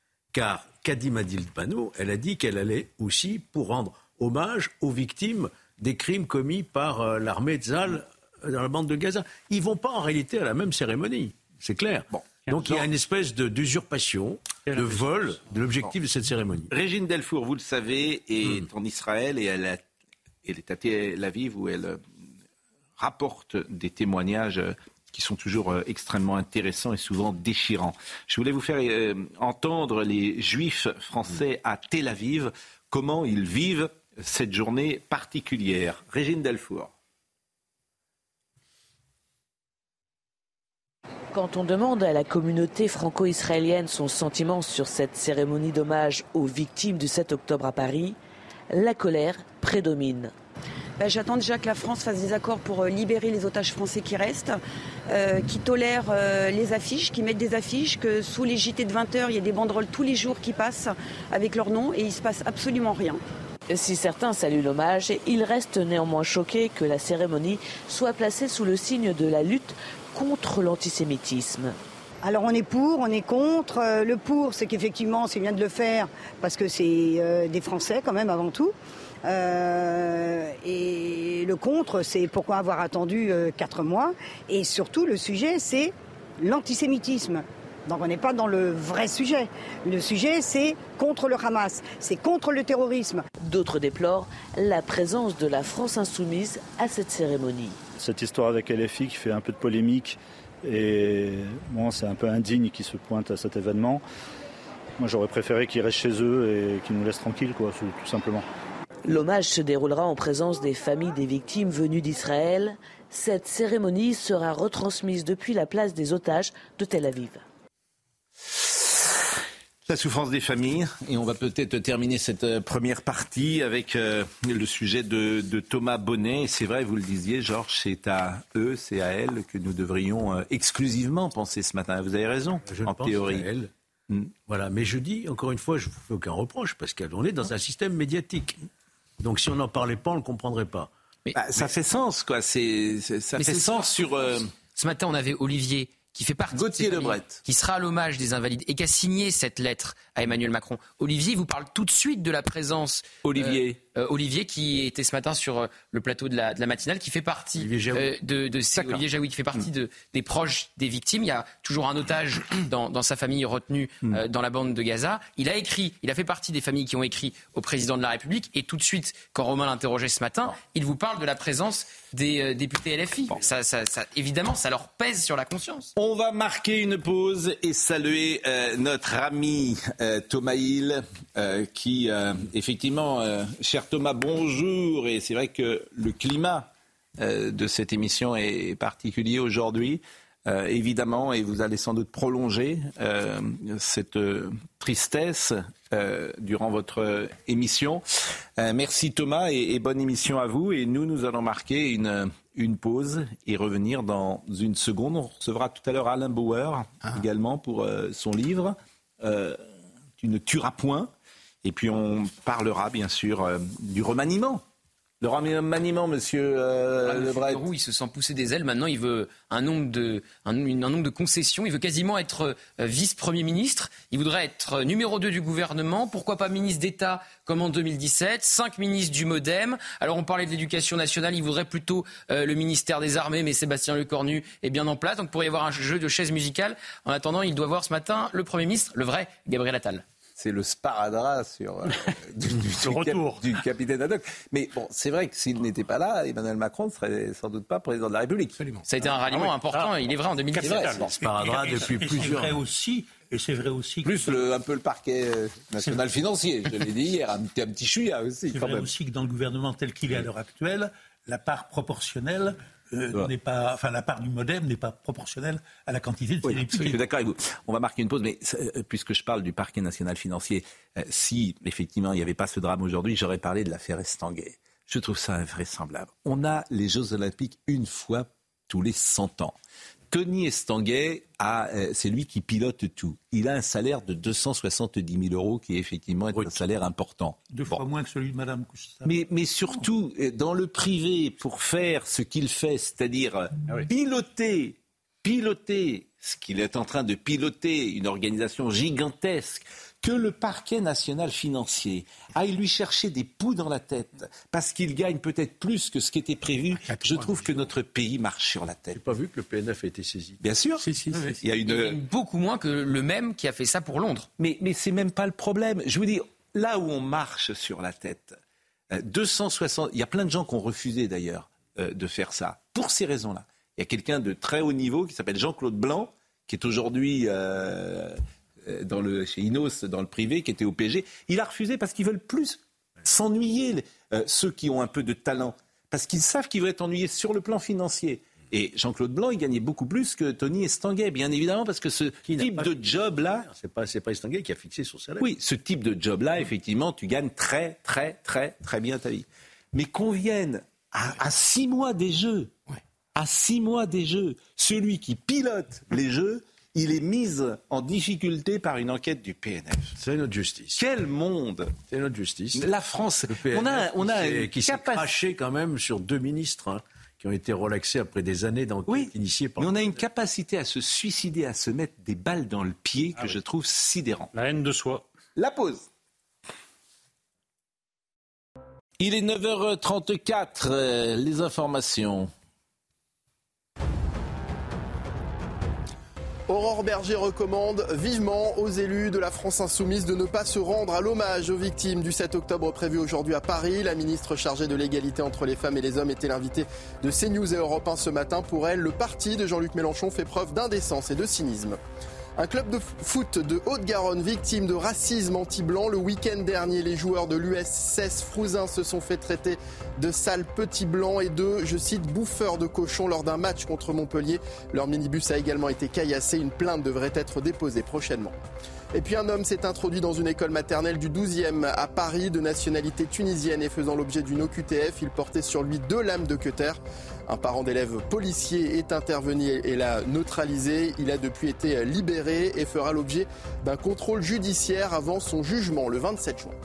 Car qu'a dit Mathilde Panot ? Elle a dit qu'elle allait aussi pour rendre hommage aux victimes des crimes commis par euh, l'armée Tzal dans la bande de Gaza. Ils ne vont pas en réalité à la même cérémonie, c'est clair. Bon. Donc il y a une espèce de, d'usurpation, de vol de l'objectif bon. de cette cérémonie. Régine Delfour, vous le savez, est mmh. en Israël et elle, a, elle est à Tel Aviv où elle rapporte des témoignages qui sont toujours euh, extrêmement intéressants et souvent déchirants. Je voulais vous faire euh, entendre les Juifs français à Tel Aviv, comment ils vivent cette journée particulière. Régine Delfour. Quand on demande à la communauté franco-israélienne son sentiment sur cette cérémonie d'hommage aux victimes du sept octobre à Paris, la colère prédomine. Ben, j'attends déjà que la France fasse des accords pour libérer les otages français qui restent, euh, qui tolèrent euh, les affiches, qui mettent des affiches, que sous les J T de vingt heures, il y a des banderoles tous les jours qui passent avec leur nom et il ne se passe absolument rien. Si certains saluent l'hommage, ils restent néanmoins choqués que la cérémonie soit placée sous le signe de la lutte contre l'antisémitisme. Alors on est pour, on est contre. Le pour, c'est qu'effectivement, c'est bien de le faire parce que c'est euh, des Français quand même avant tout. Euh, et le contre, c'est pourquoi avoir attendu euh, quatre mois. Et surtout, le sujet, c'est l'antisémitisme. Donc on n'est pas dans le vrai sujet. Le sujet, c'est contre le Hamas, c'est contre le terrorisme. D'autres déplorent la présence de la France insoumise à cette cérémonie. Cette histoire avec L F I qui fait un peu de polémique et bon, c'est un peu indigne qu'ils se pointent à cet événement. Moi j'aurais préféré qu'ils restent chez eux et qu'ils nous laissent tranquilles, quoi, tout simplement. L'hommage se déroulera en présence des familles des victimes venues d'Israël. Cette cérémonie sera retransmise depuis la place des otages de Tel Aviv. La souffrance des familles, et on va peut-être terminer cette première partie avec euh, le sujet de, de Thomas Bonnet. Et c'est vrai, vous le disiez, Georges, c'est à eux, c'est à elle que nous devrions euh, exclusivement penser ce matin. Vous avez raison, je en pense théorie. À elle. Mm. Voilà, mais je dis, encore une fois, je ne vous fais aucun reproche, parce qu'on est dans un système médiatique. Donc si on n'en parlait pas, on ne le comprendrait pas. Mais, bah, ça mais, fait sens, quoi. C'est, c'est, ça fait c'est sens ça. sur... Euh... Ce matin, on avait Olivier... qui fait partie Gauthier de Lebret, qui sera à l'hommage des Invalides et qui a signé cette lettre à Emmanuel Macron. Olivier vous parle tout de suite de la présence Olivier euh, euh, Olivier qui était ce matin sur euh, le plateau de la, de la matinale, qui fait partie euh, de, de c'est Olivier Jaoui qui fait partie de, des proches des victimes. Il y a toujours un otage dans, dans sa famille retenu euh, dans la bande de Gaza. Il a écrit, il a fait partie des familles qui ont écrit au président de la République et tout de suite, quand Romain l'interrogeait ce matin, il vous parle de la présence des euh, députés L F I. Bon. Ça, ça, ça, évidemment, ça leur pèse sur la conscience. On va marquer une pause et saluer euh, notre ami euh, Thomas Hill, euh, qui, euh, effectivement, euh, cher Thomas, bonjour. Et c'est vrai que le climat euh, de cette émission est particulier aujourd'hui, euh, évidemment, et vous allez sans doute prolonger euh, cette euh, tristesse euh, durant votre émission. Euh, merci Thomas et, et bonne émission à vous. Et nous, nous allons marquer une... une pause et revenir dans une seconde. On recevra tout à l'heure Alain Bauer ah. également pour euh, son livre euh, Tu ne tueras point. Et puis on parlera bien sûr euh, du remaniement. Le remaniement, monsieur euh, ah, Lebret. Roux, il se sent pousser des ailes. Maintenant, il veut un nombre de, un, un nombre de concessions. Il veut quasiment être euh, vice-premier ministre. Il voudrait être numéro deux du gouvernement. Pourquoi pas ministre d'État comme en deux mille dix-sept. Cinq ministres du MoDem. Alors, on parlait de l'éducation nationale. Il voudrait plutôt euh, le ministère des Armées, mais Sébastien Lecornu est bien en place. Donc, il pourrait y avoir un jeu de chaises musicales. En attendant, il doit voir ce matin le Premier ministre, le vrai Gabriel Attal. C'est le sparadrap sur, euh, du, du, du, retour. Cap, du capitaine Haddock. Mais bon, c'est vrai que s'il n'était pas là, Emmanuel Macron ne serait sans doute pas président de la République. Absolument. Ça a été un ralliement ah, oui. important, ah, il est vrai, en deux mille dix-sept. Bon, sparadrap depuis et plusieurs... C'est vrai aussi, et c'est vrai aussi... Plus que... le, un peu le parquet national financier, je l'ai dit hier, un, un petit chouïa aussi. C'est vrai même. aussi que dans le gouvernement tel qu'il est à l'heure actuelle, la part proportionnelle... Euh, ouais. n'est pas, enfin, la part du MoDem n'est pas proportionnelle à la quantité de oui, députés. Je suis d'accord avec vous. On va marquer une pause, mais euh, puisque je parle du parquet national financier, euh, si effectivement il n'y avait pas ce drame aujourd'hui, j'aurais parlé de l'affaire Estanguet. Je trouve ça invraisemblable. On a les Jeux Olympiques une fois tous les cent ans. Tony Estanguet, a, euh, c'est lui qui pilote tout. Il a un salaire de deux cent soixante-dix mille euros qui est effectivement est un salaire important. Deux bon. fois moins que celui de Madame Kouchissa. Mais, mais surtout, dans le privé, pour faire ce qu'il fait, c'est-à-dire ah oui. piloter, piloter ce qu'il est en train de piloter, une organisation gigantesque, que le parquet national financier aille lui chercher des poux dans la tête parce qu'il gagne peut-être plus que ce qui était prévu, je trouve que notre pays marche sur la tête. J'ai pas vu que le P N F a été saisi. Bien sûr. Si, si, oui, si. Il y a une... Il gagne beaucoup moins que le même qui a fait ça pour Londres. Mais, mais c'est même pas le problème. Je vous dis, là où on marche sur la tête, deux cent soixante... Il y a plein de gens qui ont refusé d'ailleurs euh, de faire ça, pour ces raisons-là. Il y a quelqu'un de très haut niveau qui s'appelle Jean-Claude Blanc, qui est aujourd'hui... Euh, Dans le, chez Inos, dans le privé, qui était au P G, il a refusé parce qu'ils veulent plus s'ennuyer, euh, ceux qui ont un peu de talent, parce qu'ils savent qu'ils vont être ennuyés sur le plan financier. Et Jean-Claude Blanc, il gagnait beaucoup plus que Tony Estanguet, bien évidemment, parce que ce qui type de job-là... C'est pas, c'est pas Estanguet qui a fixé son salaire. Oui, ce type de job-là, effectivement, tu gagnes très, très, très, très bien ta vie. Mais qu'on vienne À, à six mois des Jeux. Ouais. À six mois des Jeux. Celui qui pilote les Jeux, il est mis en difficulté par une enquête du P N F. C'est notre justice. Quel monde! C'est notre justice. La France, le P N F, on a, on a qui, qui s'est craché quand même sur deux ministres hein, qui ont été relaxés après des années d'enquête oui, initiées par... Mais on a une capacité à se suicider, à se mettre des balles dans le pied que ah, je oui. trouve sidérant. La haine de soi. La pause. Il est neuf heures trente-quatre, euh, les informations. Aurore Berger recommande vivement aux élus de la France insoumise de ne pas se rendre à l'hommage aux victimes du sept octobre prévu aujourd'hui à Paris. La ministre chargée de l'égalité entre les femmes et les hommes était l'invitée de CNews et Europe un ce matin. Pour elle, le parti de Jean-Luc Mélenchon fait preuve d'indécence et de cynisme. Un club de foot de Haute-Garonne victime de racisme anti-blanc. Le week-end dernier, les joueurs de l'U S S Frousin se sont fait traiter de sales petits blancs et de, je cite, bouffeurs de cochons lors d'un match contre Montpellier. Leur minibus a également été caillassé. Une plainte devrait être déposée prochainement. Et puis un homme s'est introduit dans une école maternelle du douzième à Paris, de nationalité tunisienne et faisant l'objet d'une O Q T F. Il portait sur lui deux lames de cutter. Un parent d'élève policier est intervenu et l'a neutralisé. Il a depuis été libéré et fera l'objet d'un contrôle judiciaire avant son jugement le vingt-sept juin.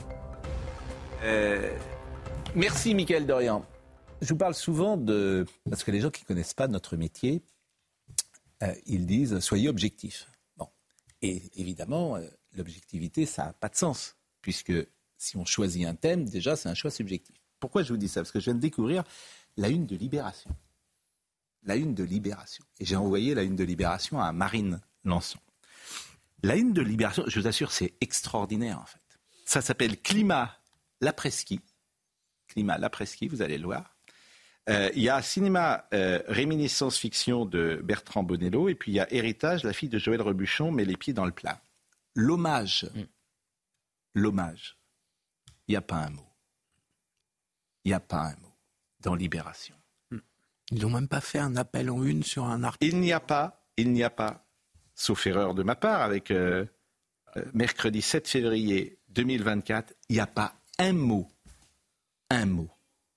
Euh, merci Mickaël Dorian. Je vous parle souvent de... Parce que les gens qui ne connaissent pas notre métier, euh, ils disent « soyez objectifs ». Bon. Et évidemment, euh, l'objectivité, ça n'a pas de sens. Puisque si on choisit un thème, déjà, c'est un choix subjectif. Pourquoi je vous dis ça ? Parce que je viens de découvrir la une de Libération. La une de Libération. Et j'ai envoyé la une de Libération à Marine Lançon. La une de Libération, je vous assure, c'est extraordinaire en fait. Ça s'appelle Climat l'après-ski. Climat l'après-ski, vous allez le voir. Euh, il y a Cinéma euh, Réminiscence Fiction de Bertrand Bonello et puis il y a Héritage, la fille de Joël Rebuchon, met les pieds dans le plat. L'hommage. Mm. L'hommage. Il n'y a pas un mot. Il n'y a pas un mot dans Libération. Ils n'ont même pas fait un appel en une sur un article. Il n'y a pas, il n'y a pas, sauf erreur de ma part, avec euh, euh, mercredi sept février deux mille vingt-quatre, il n'y a pas un mot, un mot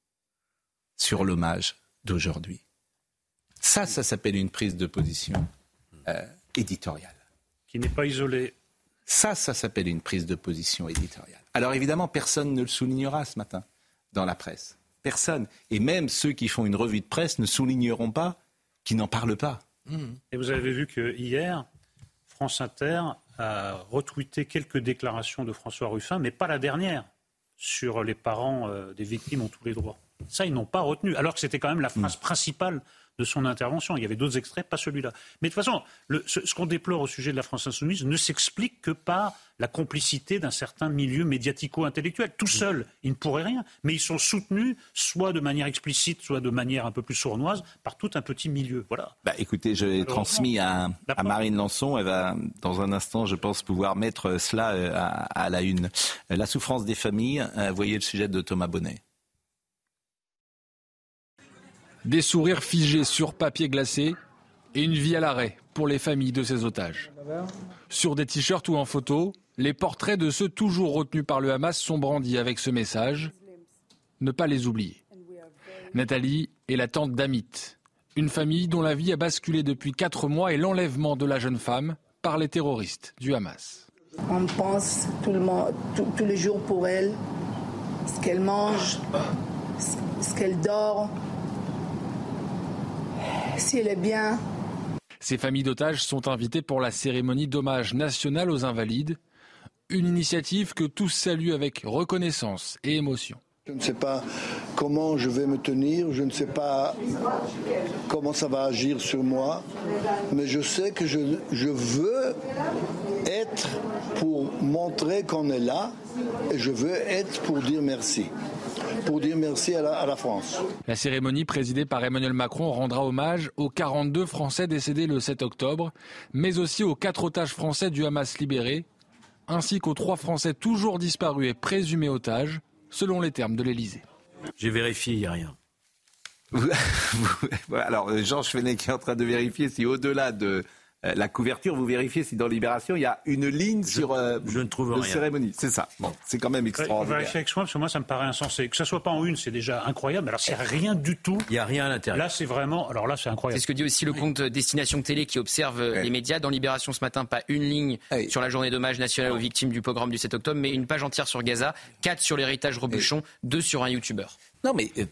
sur l'hommage d'aujourd'hui. Ça, ça s'appelle une prise de position euh, éditoriale. Qui n'est pas isolée. Ça, ça s'appelle une prise de position éditoriale. Alors évidemment, personne ne le soulignera ce matin dans la presse. Personne. Et même ceux qui font une revue de presse ne souligneront pas qu'ils n'en parlent pas. Mmh. Et vous avez vu que hier, France Inter a retweeté quelques déclarations de François Ruffin, mais pas la dernière, sur les parents euh, des victimes ont tous les droits. Ça, ils n'ont pas retenu, alors que c'était quand même la phrase mmh. principale de son intervention. Il y avait d'autres extraits, pas celui-là. Mais de toute façon, le, ce, ce qu'on déplore au sujet de la France insoumise ne s'explique que par la complicité d'un certain milieu médiatico-intellectuel. Tout seul, ils ne pourraient rien, mais ils sont soutenus, soit de manière explicite, soit de manière un peu plus sournoise, par tout un petit milieu. Voilà. Bah, écoutez, je l'ai transmis à, à Marine Lançon. Elle va, dans un instant, je pense, pouvoir mettre cela à, à la une. La souffrance des familles, voyez le sujet de Thomas Bonnet. Des sourires figés sur papier glacé et une vie à l'arrêt pour les familles de ces otages. Sur des t-shirts ou en photo, les portraits de ceux toujours retenus par le Hamas sont brandis avec ce message « Ne pas les oublier ». Nathalie est la tante d'Amit, une famille dont la vie a basculé depuis quatre mois et l'enlèvement de la jeune femme par les terroristes du Hamas. On pense tout le monde, tout, tous les jours pour elle, ce qu'elle mange, ce qu'elle dort, si elle est bien. Ces familles d'otages sont invitées pour la cérémonie d'hommage national aux Invalides, une initiative que tous saluent avec reconnaissance et émotion. Je ne sais pas comment je vais me tenir, je ne sais pas comment ça va agir sur moi, mais je sais que je, je veux être pour montrer qu'on est là et je veux être pour dire merci. Pour dire merci à la, à la France. La cérémonie présidée par Emmanuel Macron rendra hommage aux quarante-deux Français décédés le sept octobre, mais aussi aux quatre otages français du Hamas libérés, ainsi qu'aux trois Français toujours disparus et présumés otages, selon les termes de l'Élysée. J'ai vérifié, il n'y a rien. Alors, Georges Fenech est en train de vérifier si au-delà de, euh, la couverture, vous vérifiez si dans Libération, il y a une ligne je, sur euh, je ne trouve de rien. cérémonie. C'est ça. Bon, c'est quand même extraordinaire. On va vérifier avec moi, parce que moi, ça me paraît insensé. Que ça soit pas en une, c'est déjà incroyable. Alors, s'il n'y a rien du tout. Il n'y a rien à l'intérieur. Là, c'est vraiment. Alors là, c'est incroyable. C'est ce que dit aussi le compte Destination Télé qui observe oui. les médias. Dans Libération ce matin, pas une ligne oui. sur la journée d'hommage national aux victimes du pogrom du sept octobre, mais une page entière sur Gaza, quatre sur l'héritage Robuchon, deux sur un youtubeur. Non, mais euh,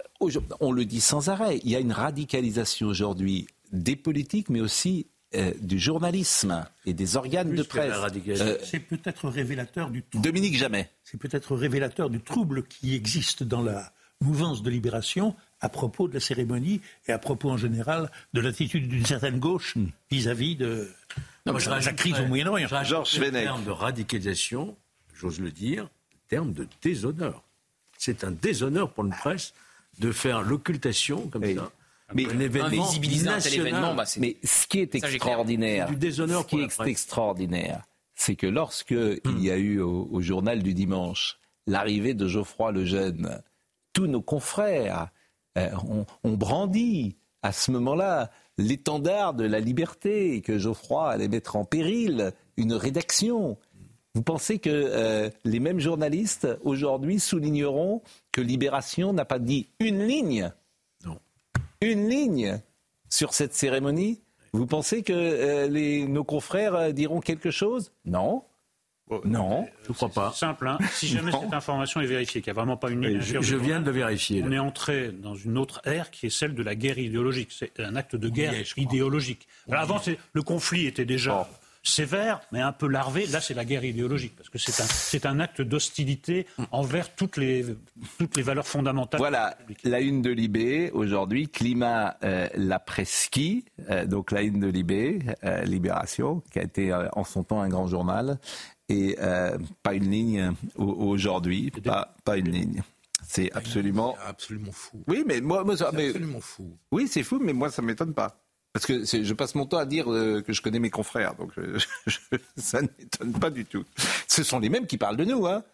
on le dit sans arrêt. Il y a une radicalisation aujourd'hui des politiques, mais aussi euh, du journalisme et des organes Plus de presse. Euh, c'est peut-être révélateur du trouble. Dominique Jamais. C'est peut-être révélateur du trouble qui existe dans la mouvance de Libération à propos de la cérémonie et à propos en général de l'attitude d'une certaine gauche mm. vis-à-vis de, non, de la crise au Moyen-Orient. Georges Fenech. En termes de radicalisation, j'ose le dire, en termes de déshonneur. C'est un déshonneur pour une presse de faire l'occultation comme oui. ça. Mais un événement invisibiliser un tel événement, bah, c'est... mais ce qui est extraordinaire, c'est du déshonneur ce qui est presse. extraordinaire, c'est que lorsque hum. il y a eu au, au journal du dimanche l'arrivée de Geoffroy Lejeune, tous nos confrères euh, ont, ont brandi à ce moment-là l'étendard de la liberté et que Geoffroy allait mettre en péril une rédaction. Vous pensez que euh, les mêmes journalistes, aujourd'hui, souligneront que Libération n'a pas dit une ligne, non. une ligne sur cette cérémonie? Vous pensez que euh, les, nos confrères euh, diront quelque chose? Non. Bon, non, euh, je ne crois pas. C'est simple, hein. Si jamais cette information est vérifiée, qu'il n'y a vraiment pas une ligne... Oui, je, je viens de le vérifier. On là. est entré dans une autre ère qui est celle de la guerre idéologique. C'est un acte de guerre oui, idéologique. Alors avant, c'est, le conflit était déjà... Oh. sévère, mais un peu larvé. Là, c'est la guerre idéologique, parce que c'est un, c'est un acte d'hostilité envers toutes les, toutes les valeurs fondamentales. Voilà, la une de Libé, aujourd'hui, climat euh, l'après-ski, euh, donc la une de Libé, euh, Libération, qui a été euh, en son temps un grand journal, et euh, pas une ligne aujourd'hui, pas, pas une ligne. C'est absolument... absolument fou. Oui, mais moi... moi ça, c'est mais... absolument fou. Oui, c'est fou, mais moi, ça ne m'étonne pas. Parce que c'est, je passe mon temps à dire euh, que je connais mes confrères, donc je, je, ça ne m'étonne pas du tout. Ce sont les mêmes qui parlent de nous, hein,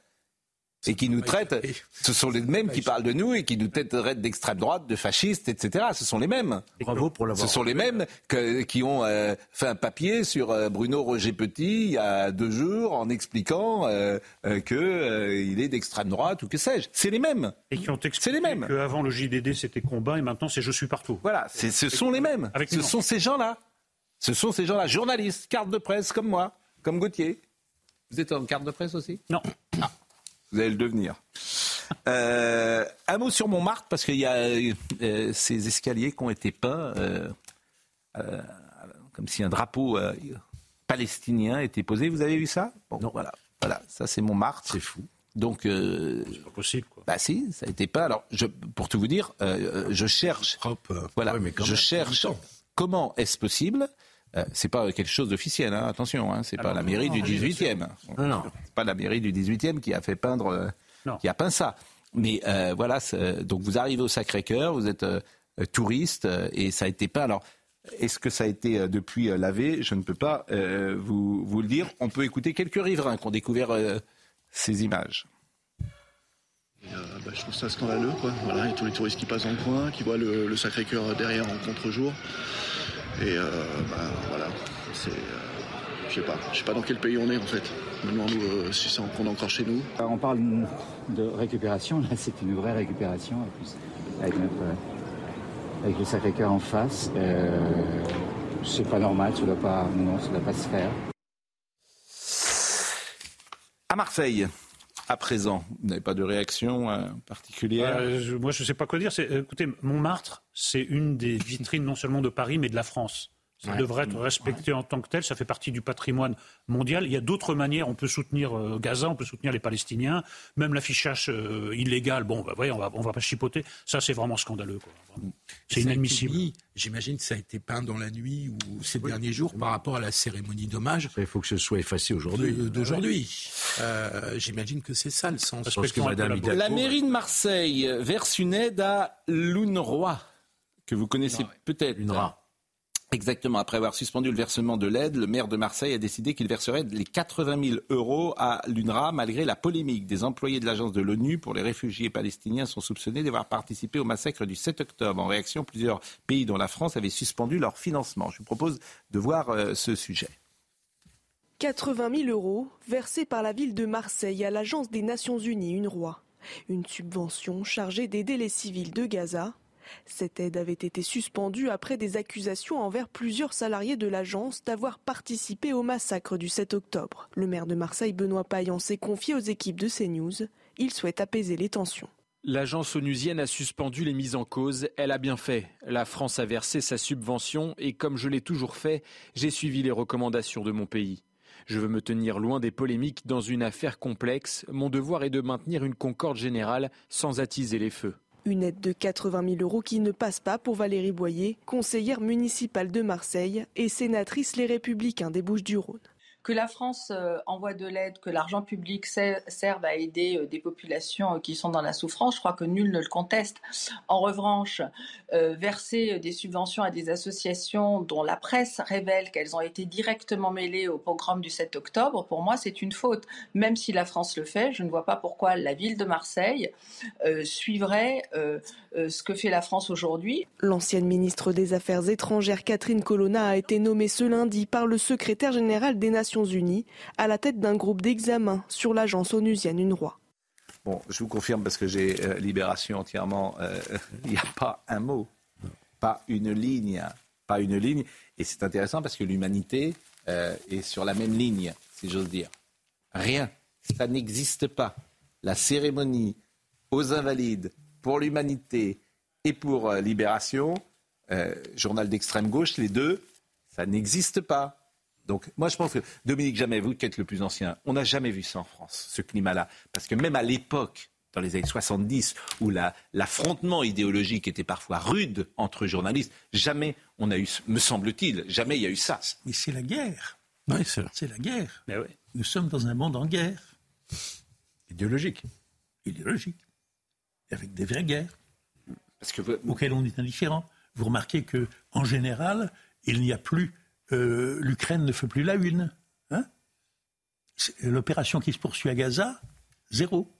et qui nous traitent. Ce sont les mêmes qui parlent de nous et qui nous traitent d'extrême droite, de fascistes, et cetera. Ce sont les mêmes. Bravo pour l'avoir. Ce sont les mêmes que, qui ont euh, fait un papier sur euh, Bruno Roger Petit il y a deux jours en expliquant euh, euh, que euh, il est d'extrême droite ou que sais-je. C'est les mêmes. Et qui ont expliqué qu'avant le J D D c'était combat et maintenant c'est je suis partout. Voilà, c'est, ce sont les mêmes. Avec ce sont ces gens-là. Ce sont ces gens-là, journalistes, carte de presse comme moi, comme Gauthier. Vous êtes en carte de presse aussi? Non. Ah. Vous allez le devenir. Euh, un mot sur Montmartre, parce qu'il y a euh, ces escaliers qui ont été peints euh, euh, comme si un drapeau euh, palestinien était posé. Vous avez vu ça? Bon, non. Voilà, voilà, ça c'est Montmartre. C'est fou. Donc, euh, c'est pas possible, quoi. Bah si, ça a été peint. Alors, je, pour tout vous dire, euh, je cherche. Hop, euh, voilà, ouais, mais je cherche. Comment est-ce possible? Euh, c'est pas quelque chose d'officiel, hein, attention, hein, c'est Alors, pas la mairie non, du dix-huitième. Non, non. C'est pas la mairie du dix-huitième qui a fait peindre, euh, qui a peint ça. Mais euh, voilà, donc vous arrivez au Sacré-Cœur, vous êtes euh, touriste euh, et ça a été peint. Alors, est-ce que ça a été euh, depuis euh, lavé? Je ne peux pas euh, vous, vous le dire. On peut écouter quelques riverains qui ont découvert euh, ces images. Et, euh, bah, je trouve ça scandaleux, quoi. Voilà, il y a tous les touristes qui passent dans le coin, qui voient le, le Sacré-Cœur derrière en contre-jour. Et euh, bah, voilà, c'est, euh, je sais pas, je sais pas dans quel pays on est en fait. Je me demande euh, si c'est qu'on est encore chez nous. On parle de récupération, là c'est une vraie récupération, en plus, avec, notre, avec le Sacré-Cœur en face. Euh, c'est pas normal, ça doit pas, non, ça doit pas se faire. À Marseille. À présent, vous n'avez pas de réaction euh, particulière? euh, je, Moi, je ne sais pas quoi dire. C'est, écoutez, Montmartre, c'est une des vitrines non seulement de Paris, mais de la France. Ça ouais. devrait être respecté ouais. en tant que tel. Ça fait partie du patrimoine mondial. Il y a d'autres manières. On peut soutenir euh, Gaza, on peut soutenir les Palestiniens. Même l'affichage euh, illégal, bon, bah, voyez, on va, on va pas chipoter. Ça, c'est vraiment scandaleux, quoi. Vraiment. C'est inadmissible. Mis, j'imagine que ça a été peint dans la nuit ou ces oui. derniers jours par rapport à la cérémonie d'hommage. Il faut que ce soit effacé aujourd'hui. De, d'aujourd'hui. Euh, j'imagine que c'est ça le sens. Parce Parce que Madame la, la mairie de Marseille verse une aide à l'UNRWA, que vous connaissez non, peut-être. UNRWA. Exactement. Après avoir suspendu le versement de l'aide, le maire de Marseille a décidé qu'il verserait les quatre-vingt mille euros à l'UNRWA malgré la polémique. Des employés de l'agence de l'ONU pour les réfugiés palestiniens sont soupçonnés d'avoir participé au massacre du sept octobre. En réaction, plusieurs pays dont la France avaient suspendu leur financement. Je vous propose de voir euh, ce sujet. quatre-vingt mille euros versés par la ville de Marseille à l'agence des Nations Unies UNRWA. Une subvention chargée d'aider les civils de Gaza. Cette aide avait été suspendue après des accusations envers plusieurs salariés de l'agence d'avoir participé au massacre du sept octobre. Le maire de Marseille, Benoît Payan, s'est confié aux équipes de CNews. Il souhaite apaiser les tensions. L'agence onusienne a suspendu les mises en cause. Elle a bien fait. La France a versé sa subvention et comme je l'ai toujours fait, j'ai suivi les recommandations de mon pays. Je veux me tenir loin des polémiques dans une affaire complexe. Mon devoir est de maintenir une concorde générale sans attiser les feux. Une aide de quatre-vingt mille euros qui ne passe pas pour Valérie Boyer, conseillère municipale de Marseille et sénatrice Les Républicains des Bouches-du-Rhône. Que la France euh, envoie de l'aide, que l'argent public ser- serve à aider euh, des populations euh, qui sont dans la souffrance, je crois que nul ne le conteste. En revanche, euh, verser des subventions à des associations dont la presse révèle qu'elles ont été directement mêlées au pogrom du sept octobre, pour moi c'est une faute. Même si la France le fait, je ne vois pas pourquoi la ville de Marseille euh, suivrait euh, euh, ce que fait la France aujourd'hui. L'ancienne ministre des Affaires étrangères Catherine Colonna a été nommée ce lundi par le secrétaire général des Nations Unies à la tête d'un groupe d'examen sur l'agence onusienne UNRWA. Bon, je vous confirme parce que j'ai euh, Libération entièrement, il euh, n'y a pas un mot, pas une ligne, pas une ligne. Et c'est intéressant parce que l'humanité euh, est sur la même ligne, si j'ose dire. Rien, ça n'existe pas. La cérémonie aux Invalides pour l'humanité et pour euh, Libération, euh, journal d'extrême gauche, les deux, ça n'existe pas. Donc moi je pense que Dominique Jamais, vous qui êtes le plus ancien, on n'a jamais vu ça en France, ce climat-là. Parce que même à l'époque, dans les années soixante-dix, où la, l'affrontement idéologique était parfois rude entre journalistes, jamais on a eu, me semble-t-il, jamais il y a eu ça. Mais c'est la guerre. Oui, c'est, c'est la guerre. Mais oui. Nous sommes dans un monde en guerre. Idéologique. Idéologique. Avec des vraies guerres. Parce que vous... auxquelles on est indifférent. Vous remarquez qu'en général, il n'y a plus... Euh, l'Ukraine ne fait plus la une. Hein, l'opération qui se poursuit à Gaza, zéro.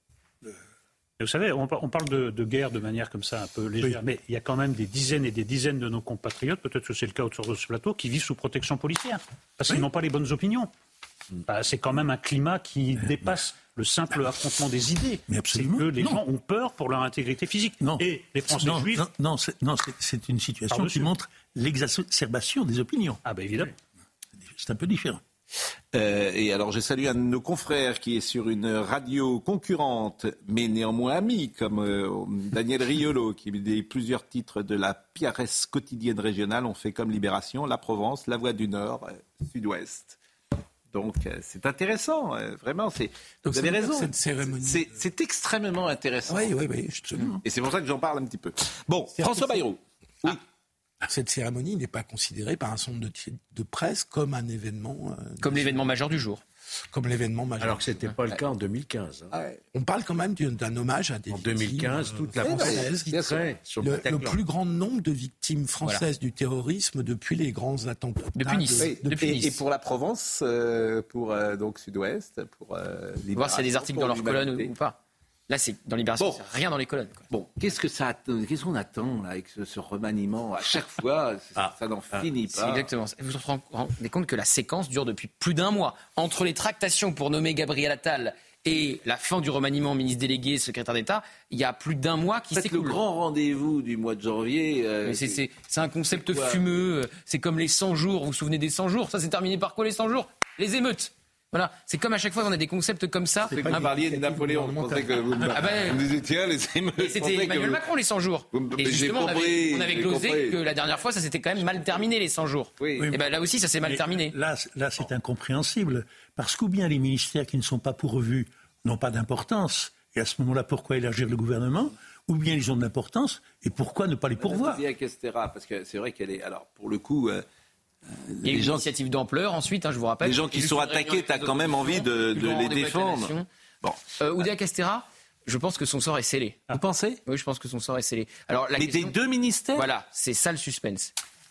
Et vous savez, on, on parle de, de guerre de manière comme ça un peu légère, oui. Mais il y a quand même des dizaines et des dizaines de nos compatriotes, peut-être que c'est le cas autour de ce plateau, qui vivent sous protection policière, parce oui. qu'ils n'ont pas les bonnes opinions. Bah, c'est quand même un climat qui dépasse le simple affrontement des idées. Mais absolument. C'est que les non. gens ont peur pour leur intégrité physique. Non. Et les Français non, juifs... Non, non, c'est, non c'est, c'est une situation qui montre l'exacerbation des opinions. Ah ben évidemment. C'est un peu différent. Euh, et alors je salue un de nos confrères qui est sur une radio concurrente, mais néanmoins ami, comme euh, Daniel Riolo, qui dit plusieurs titres de la presse quotidienne régionale. On fait comme Libération, La Provence, La Voix du Nord, euh, Sud-Ouest. Donc euh, c'est intéressant, euh, vraiment. C'est, Donc, vous avez raison. Cette cérémonie... c'est, c'est extrêmement intéressant. Oui, oui, oui, absolument. Et c'est pour ça que j'en parle un petit peu. Bon, c'est François Bayrou. Oui. Ah, cette cérémonie n'est pas considérée par un certain nombre de, de presse comme un événement... Euh, comme l'événement majeur du jour. Comme l'événement majeur. Alors que ce n'était pas le cas en deux mille quinze. Hein. Ouais. On parle quand même d'un, d'un hommage à des en victimes... En deux mille quinze, toute la française titrait sur le, le plus grand nombre de victimes françaises voilà. du terrorisme depuis les grands attentats. Depuis Nice. Oui, depuis et, Nice. Et pour la Provence, euh, pour euh, donc Sud-Ouest, pour... Euh, voir s'il y a des articles dans leur colonne ou, ou pas. Là, c'est dans Libération, bon. c'est rien dans les colonnes. Quoi. Bon, qu'est-ce que ça, qu'est-ce qu'on attend là avec ce, ce remaniement à chaque fois, ah, ça n'en ah, finit pas. C'est exactement. Vous vous rendez compte que la séquence dure depuis plus d'un mois entre les tractations pour nommer Gabriel Attal et la fin du remaniement ministre délégué, secrétaire d'État, il y a plus d'un mois qui en fait, s'écoule. Le grand rendez-vous du mois de janvier. Euh, c'est, c'est, c'est un concept c'est fumeux. C'est comme les cent jours. Vous vous souvenez des cent jours? Ça s'est terminé par quoi les cent jours? Les émeutes. Voilà, c'est comme à chaque fois qu'on a des concepts comme ça. C'est vous parliez de Napoléon, je pensais que vous ah ben, me disiez tiens, les émeutes. Et c'était Emmanuel vous... Macron les cent jours. Vous... Et justement, on avait, on avait glosé que la dernière fois, ça s'était quand même mal terminé les cent jours. Oui. Et ben là aussi, ça s'est mal mais terminé. Là, là, c'est incompréhensible parce qu'ou bien les ministères qui ne sont pas pourvus n'ont pas d'importance. Et à ce moment-là, pourquoi élargir le gouvernement? Ou bien ils ont de l'importance et pourquoi ne pas les pourvoir? Castera, parce que c'est vrai qu'elle est. Alors pour le coup. Euh... Il y a eu une gens... initiative d'ampleur ensuite, hein, je vous rappelle. Les gens qui sont attaqués, tu as quand même envie de, de les défendre. Bon. Euh, Oudéa Castéra, je pense que son sort est scellé. Vous pensez? Oui, je pense que son sort est scellé. Alors, la Mais question... des deux ministères? Voilà, c'est ça le suspense.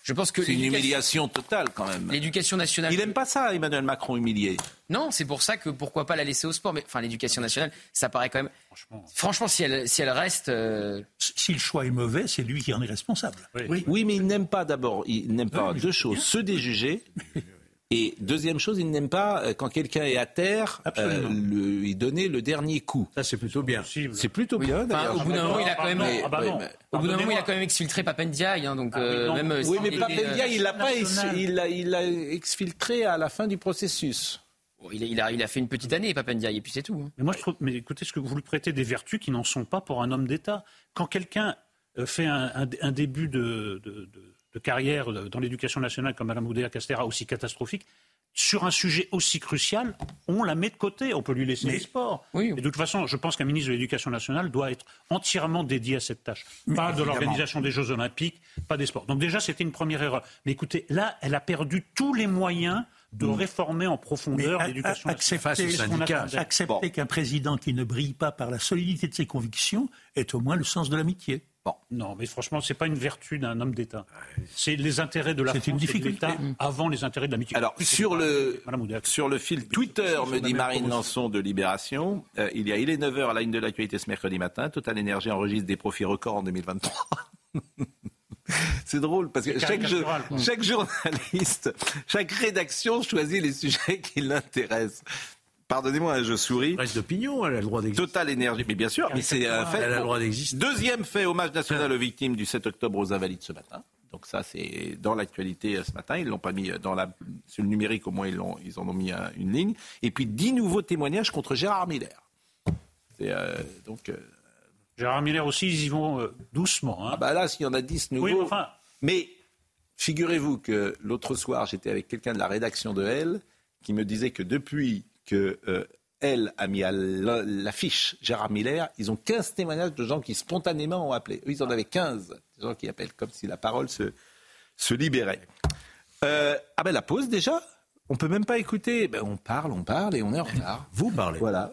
Je pense que c'est une humiliation totale quand même. L'éducation nationale. Il n'aime pas ça, Emmanuel Macron, humilié. Non, c'est pour ça que pourquoi pas la laisser au sport. Mais enfin, l'éducation nationale, ça paraît quand même. Franchement, Franchement si elle, si elle reste. Euh... Si le choix est mauvais, c'est lui qui en est responsable. Oui, oui. oui mais il n'aime pas d'abord, il n'aime pas oui, deux choses, se déjuger. Et deuxième chose, il n'aime pas quand quelqu'un est à terre, euh, le, lui donner le dernier coup. Ça, c'est plutôt bien. C'est plutôt oui. bien. Enfin, au bout d'un moment, il a quand même, mais, ah bah oui, mais, au bout d'un moment, il a quand même exfiltré Papendiaï. Hein, donc, ah, euh, même, oui, mais Papendiaï, il l'a pas, il l'a, il l'a exfiltré à la fin du processus. Bon, il, a, il, a, il a fait une petite année, Papendiaï, et puis c'est tout. Hein. Mais moi, je trouve, mais écoutez, ce que vous lui prêtez des vertus qui n'en sont pas pour un homme d'État. Quand quelqu'un fait un, un, un début de, de, de, de carrière dans l'éducation nationale comme Mme Oudéa-Castéra aussi catastrophique. Sur un sujet aussi crucial, on la met de côté. On peut lui laisser les sports. Oui. Et de toute façon, je pense qu'un ministre de l'Éducation nationale doit être entièrement dédié à cette tâche. Mais pas évidemment. De l'organisation des Jeux Olympiques, pas des sports. Donc déjà, c'était une première erreur. Mais écoutez, là, elle a perdu tous les moyens de mmh. réformer en profondeur mais l'éducation nationale. Accepter, accepter bon. qu'un président qui ne brille pas par la solidité de ses convictions est au moins le sens de l'amitié. Bon. Non, mais franchement, ce n'est pas une vertu d'un homme d'État. C'est les intérêts de la c'est France une et de l'État avant les intérêts de l'amitié. Alors, sur le, sur le fil Twitter, me dit Marine Lançon de Libération, euh, il y a il est neuf heures à la ligne de l'actualité ce mercredi matin. Total Énergie enregistre des profits records en deux mille vingt-trois. C'est drôle parce que chaque, jeu, chaque journaliste, chaque rédaction choisit les sujets qui l'intéressent. Pardonnez-moi, je souris. Reste d'opinion, elle a le droit d'exister. Total Énergie, mais bien sûr, mais c'est un fait. Elle a le droit d'exister. Deuxième fait, hommage national aux victimes du sept octobre aux Invalides ce matin. Donc ça, c'est dans l'actualité ce matin. Ils l'ont pas mis dans la, sur le numérique, au moins ils, l'ont, ils en ont mis un, une ligne. Et puis dix nouveaux témoignages contre Gérard Miller. C'est, euh, donc, euh... Gérard Miller aussi, ils y vont euh, doucement. Hein. Ah bah là, s'il y en a dix nouveaux. Oui, mais enfin. Mais figurez-vous que l'autre soir, j'étais avec quelqu'un de la rédaction de Elle qui me disait que depuis que euh, Elle a mis à l'affiche Gérard Miller, ils ont quinze témoignages de gens qui spontanément ont appelé. Eux, ils en avaient quinze, des gens qui appellent comme si la parole se, se libérait. Euh, ah ben la pause déjà, on peut même pas écouter. Ben, on parle, on parle et on est en retard. Vous parlez. Voilà.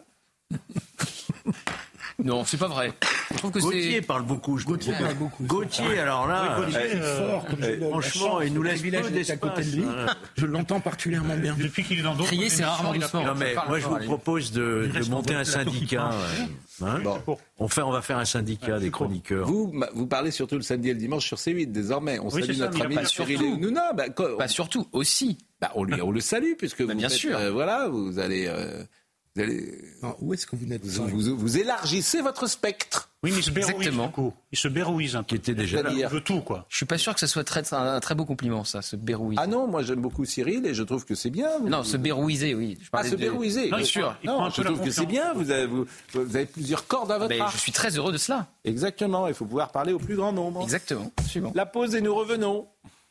Non, c'est pas vrai. Je trouve que Gauthier c'est... parle beaucoup. Je Gauthier parle beaucoup. Gauthier, alors là, oui, Gauthier, euh, fort, comme euh, franchement, il nous laisse peu d'espace. À côté de lui. Je l'entend particulièrement bien. Depuis qu'il est dans d'autres. Crier, c'est rarement doucement. Non, mais moi, je vous propose de, de monter un syndicat. Hein bon. on, fait, on va faire un syndicat des chroniqueurs. Vous, vous parlez surtout le samedi et le dimanche sur C huit, désormais. On oui, salue notre ami Cyril Hanouna. Bah, pas surtout, aussi. Bah, on, lui, on le salue, puisque bah, vous bien faites, sûr. Euh, voilà, vous allez... Euh, Vous allez... Non, où est-ce que vous n'êtes vous, vous, vous élargissez votre spectre. Oui, mais il se bérouise un peu. Il se bérouise un peu. Qui était déjà là. Il veut tout, quoi. Je suis pas sûr que ce soit très, un, un très beau compliment, ça, se bérouiser. Ah non, moi j'aime beaucoup Cyril et je trouve que c'est bien. Vous... Non, se bérouiser, oui. Je ah, se bérouiser. Bien sûr. Non, je trouve que c'est bien. Vous avez, vous, vous avez plusieurs cordes à votre mais arc. Je suis très heureux de cela. Exactement. Il faut pouvoir parler au plus grand nombre. Exactement. Suivant. La pause et nous revenons.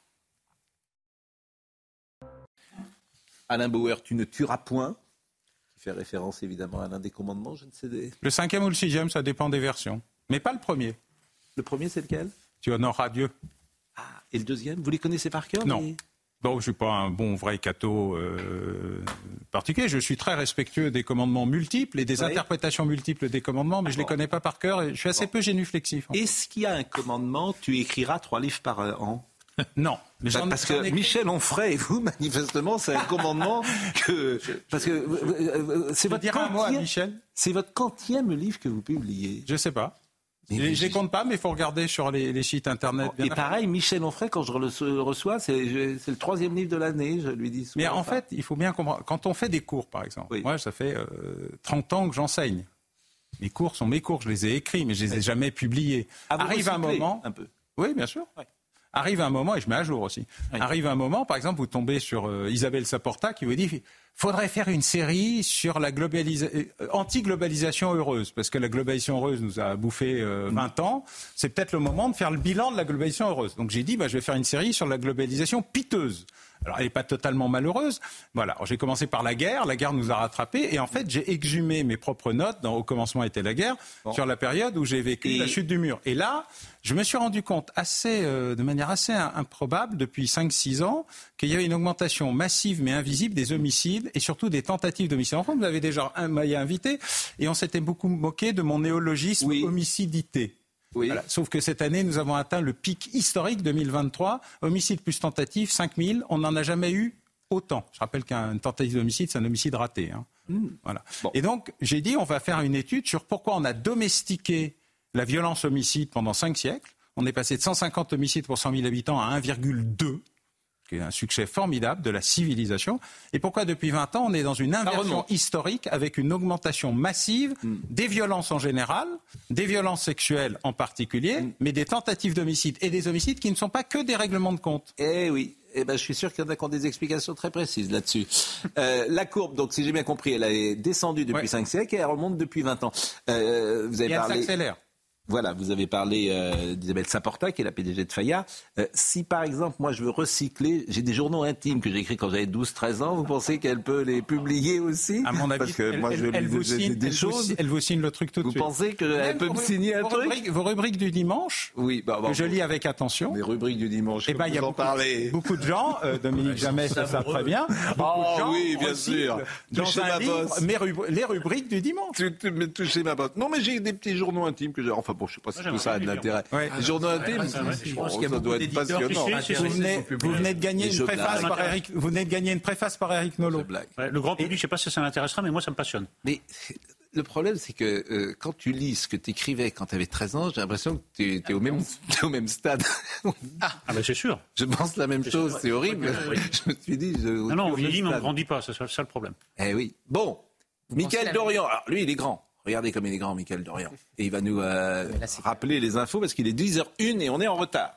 Alain Bauer, tu ne tueras point. Fait référence évidemment à l'un des commandements, je ne sais. Des... Le cinquième ou le sixième, ça dépend des versions. Mais pas le premier. Le premier, c'est lequel ? Tu honoreras Dieu. Ah, et le deuxième, vous les connaissez par cœur ? Non. Mais... Bon, je ne suis pas un bon vrai catho euh, particulier. Je suis très respectueux des commandements multiples et des ouais. interprétations multiples des commandements, mais ah, je ne bon. les connais pas par cœur et je suis assez bon. peu génuflexif. En Est-ce qu'il y a un commandement, tu écriras trois livres par an ? Non. Mais bah, parce que Michel Onfray et vous, manifestement, c'est un commandement que... Parce que c'est votre, quantième... Michel. c'est votre quantième livre que vous publiez. Je ne sais pas. Je ne les compte pas, mais il faut regarder sur les, les sites internet. Bien et affaire. Pareil, Michel Onfray, quand je le reçois, c'est, c'est le troisième livre de l'année, je lui dis souvent. Mais en ça. fait, il faut bien comprendre. Quand on fait des cours, par exemple, oui. moi, ça fait euh, trente ans que j'enseigne. Mes cours sont mes cours, je les ai écrits, mais je ne les ai jamais publiés. Ah, Arrive un moment... Un peu. Oui, bien sûr. Oui. Arrive un moment, et je mets à jour aussi, oui. arrive un moment, par exemple, vous tombez sur euh, Isabelle Saporta qui vous dit « faudrait faire une série sur la globalisa- euh, anti-globalisation heureuse », parce que la globalisation heureuse nous a bouffé euh, vingt ans, c'est peut-être le moment de faire le bilan de la globalisation heureuse. Donc j'ai dit bah, « je vais faire une série sur la globalisation piteuse ». Alors, elle n'est pas totalement malheureuse. Voilà. Alors, j'ai commencé par la guerre. La guerre nous a rattrapés. Et en fait, j'ai exhumé mes propres notes dans Au commencement était la guerre bon. sur la période où j'ai vécu et... la chute du mur. Et là, je me suis rendu compte assez, euh, de manière assez improbable depuis cinq six ans qu'il y avait une augmentation massive mais invisible des homicides et surtout des tentatives d'homicide. Enfin, vous avez déjà un, m'avez invité et on s'était beaucoup moqué de mon néologisme oui. homicidité. Oui. Voilà. Sauf que cette année, nous avons atteint le pic historique deux mille vingt-trois. Homicide plus tentative, cinq mille. On n'en a jamais eu autant. Je rappelle qu'une tentative d'homicide, c'est un homicide raté. Hein. Mmh. Voilà. Bon. Et donc, j'ai dit, on va faire une étude sur pourquoi on a domestiqué la violence homicide pendant cinq siècles. On est passé de cent cinquante homicides pour cent mille habitants à un virgule deux, qui est un succès formidable de la civilisation. Et pourquoi depuis vingt ans, on est dans une inversion historique avec une augmentation massive mmh. des violences en général, des violences sexuelles en particulier, mmh. mais des tentatives d'homicide et des homicides qui ne sont pas que des règlements de compte. Eh oui. Eh ben, je suis sûr qu'il y en a qui ont des explications très précises là-dessus. Euh, la courbe, donc, si j'ai bien compris, elle est descendue depuis ouais. cinq siècles et elle remonte depuis vingt ans. Euh, vous avez et parlé... elle s'accélère. Voilà, vous avez parlé euh, d'Isabelle Saporta, qui est la P D G de Fayard. Euh, si, par exemple, moi, je veux recycler... J'ai des journaux intimes que j'ai écrits quand j'avais douze treize ans. Vous pensez qu'elle peut les publier aussi ? À mon avis, parce que elle, moi, je elle, elle, vous signe, des elle, choses. Vous, elle vous signe le truc tout de vous suite. Vous pensez qu'elle peut me signer un vos truc rubriques, Vos rubriques du dimanche, oui, bah, bah, que je lis avec attention. Les rubriques du dimanche, eh ben, il y a beaucoup, beaucoup de gens, euh, Dominique Jamais, ça savent très bien. Oh oui, bien sûr. Dans un livre, mes rub- les rubriques du dimanche. Touchez ma botte. Non, mais j'ai des petits journaux intimes que j'ai... Enfin bon, je ne sais pas si tout ça a de l'intérêt. Ouais. Les journaux intimes, je pense qu'il doit être passionnant. Vous venez, vous venez de gagner une préface par Eric, vous venez de gagner une préface par Eric Nolot. Ouais, le grand public, je ne sais pas si ça m'intéressera, mais moi ça me passionne. Mais le problème, c'est que euh, quand tu lis ce que tu écrivais quand tu avais treize ans, j'ai l'impression que tu es au même, au même stade. ah, ah ben c'est sûr. Je pense la même c'est chose, sûr. C'est horrible. Oui. Je me suis dit... Je, non, non, on vieillit, mais on ne grandit pas, c'est ça, ça le problème. Eh oui. Bon, Mickaël Dorian, alors lui, il est grand. Regardez comme il est grand, Mickaël Dorian. Et il va nous euh, là, rappeler les infos parce qu'il est dix heures une et on est en retard.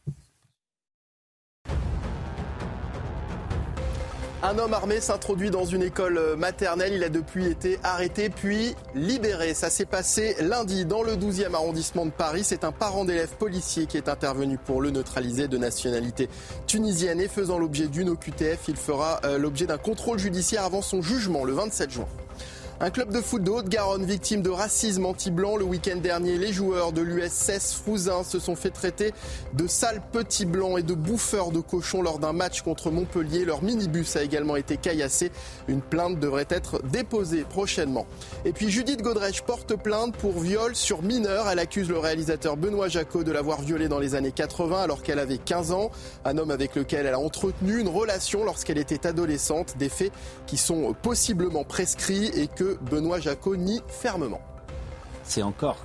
Un homme armé s'introduit dans une école maternelle. Il a depuis été arrêté puis libéré. Ça s'est passé lundi dans le douzième arrondissement de Paris. C'est un parent d'élève policier qui est intervenu pour le neutraliser, de nationalité tunisienne et faisant l'objet d'une O Q T F. Il fera euh, l'objet d'un contrôle judiciaire avant son jugement le vingt-sept juin. Un club de foot de Haute-Garonne victime de racisme anti-blanc. Le week-end dernier, les joueurs de l'U S S S Frousin se sont fait traiter de sales petits blancs et de bouffeurs de cochons lors d'un match contre Montpellier. Leur minibus a également été caillassé. Une plainte devrait être déposée prochainement. Et puis Judith Godrèche porte plainte pour viol sur mineur. Elle accuse le réalisateur Benoît Jacot de l'avoir violée dans les années quatre-vingts alors qu'elle avait quinze ans. Un homme avec lequel elle a entretenu une relation lorsqu'elle était adolescente. Des faits qui sont possiblement prescrits et que Benoît Jacot nie fermement. C'est encore,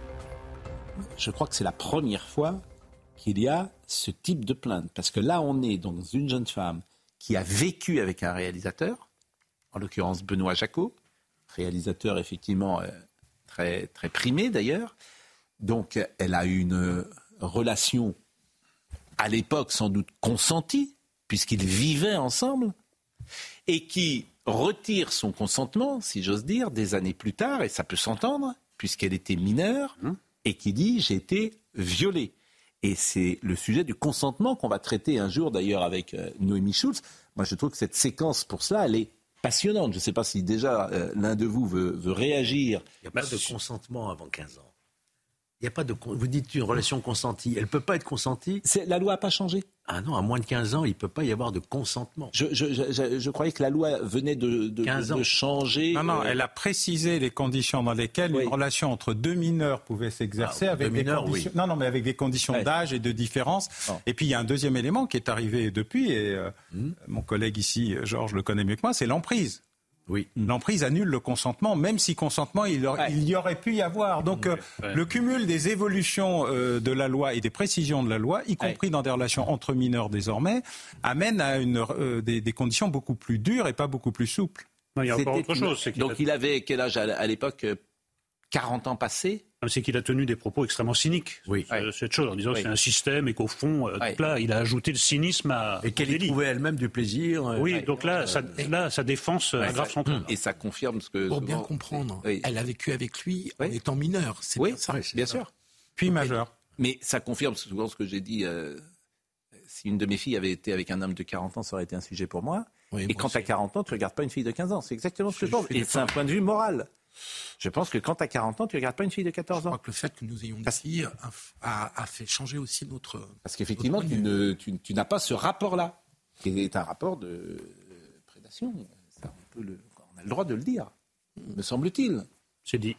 je crois que c'est la première fois qu'il y a ce type de plainte. Parce que là, on est dans une jeune femme qui a vécu avec un réalisateur, en l'occurrence Benoît Jacot, réalisateur effectivement euh, très, très primé d'ailleurs. Donc, elle a eu une relation, à l'époque sans doute consentie, puisqu'ils vivaient ensemble, et qui retire son consentement, si j'ose dire, des années plus tard, et ça peut s'entendre, puisqu'elle était mineure, mmh. et qui dit « j'ai été violée ». Et c'est le sujet du consentement qu'on va traiter un jour d'ailleurs avec euh, Noémie Schulz. Moi je trouve que cette séquence pour cela, elle est passionnante. Je ne sais pas si déjà euh, l'un de vous veut, veut réagir. Il n'y a pas de consentement avant quinze ans. Il y a pas de, vous dites une relation consentie, elle ne peut pas être consentie. C'est, la loi n'a pas changé. Ah non, à moins de quinze ans, il ne peut pas y avoir de consentement. Je, je, je, je croyais que la loi venait de, de, de changer. Non, non, euh... elle a précisé les conditions dans lesquelles oui. une relation entre deux mineurs pouvait s'exercer ah, avec des mineurs, conditions. Oui. Non, non, mais avec des conditions ouais. d'âge et de différence. Oh. Et puis il y a un deuxième élément qui est arrivé depuis, et euh, mmh. mon collègue ici, Georges, le connaît mieux que moi, c'est l'emprise. Oui. L'emprise annule le consentement, même si consentement il, ouais. il y aurait pu y avoir. Donc ouais. euh, le cumul des évolutions euh, de la loi et des précisions de la loi, y compris ouais. dans des relations entre mineurs désormais, amène à une, euh, des, des conditions beaucoup plus dures et pas beaucoup plus souples. Non, il y a encore autre chose. C'est qu'il Donc a... il avait quel âge à, à l'époque quarante ans passés. C'est qu'il a tenu des propos extrêmement cyniques. Oui. Euh, cette chose en disant oui. que c'est un système et qu'au fond, euh, oui. là, il a ajouté le cynisme à. Et qu'elle y trouvait elle-même du plaisir. Euh, oui, oui, donc là, ça, là, sa défense ouais, aggrave son ton. Et ça confirme ce que. Pour bien comprendre, oui. elle a vécu avec lui en oui. étant mineure. C'est oui, bien, ça. Oui, bien sûr. Puis majeur. Mais ça confirme souvent ce que j'ai dit. Euh, si une de mes filles avait été avec un homme de quarante ans, ça aurait été un sujet pour moi. Oui, et quand tu as quarante ans, tu ne regardes pas une fille de quinze ans. C'est exactement ce que je pense. Et c'est un point de vue moral. Je pense que quand tu as quarante ans, tu ne regardes pas une fille de quatorze ans. Je crois que le fait que nous ayons une fille a, a fait changer aussi notre... Parce qu'effectivement, tu, ne, tu, tu n'as pas ce rapport-là, qui est un rapport de prédation. Ça, on, peut le, on a le droit de le dire, me semble-t-il. C'est dit.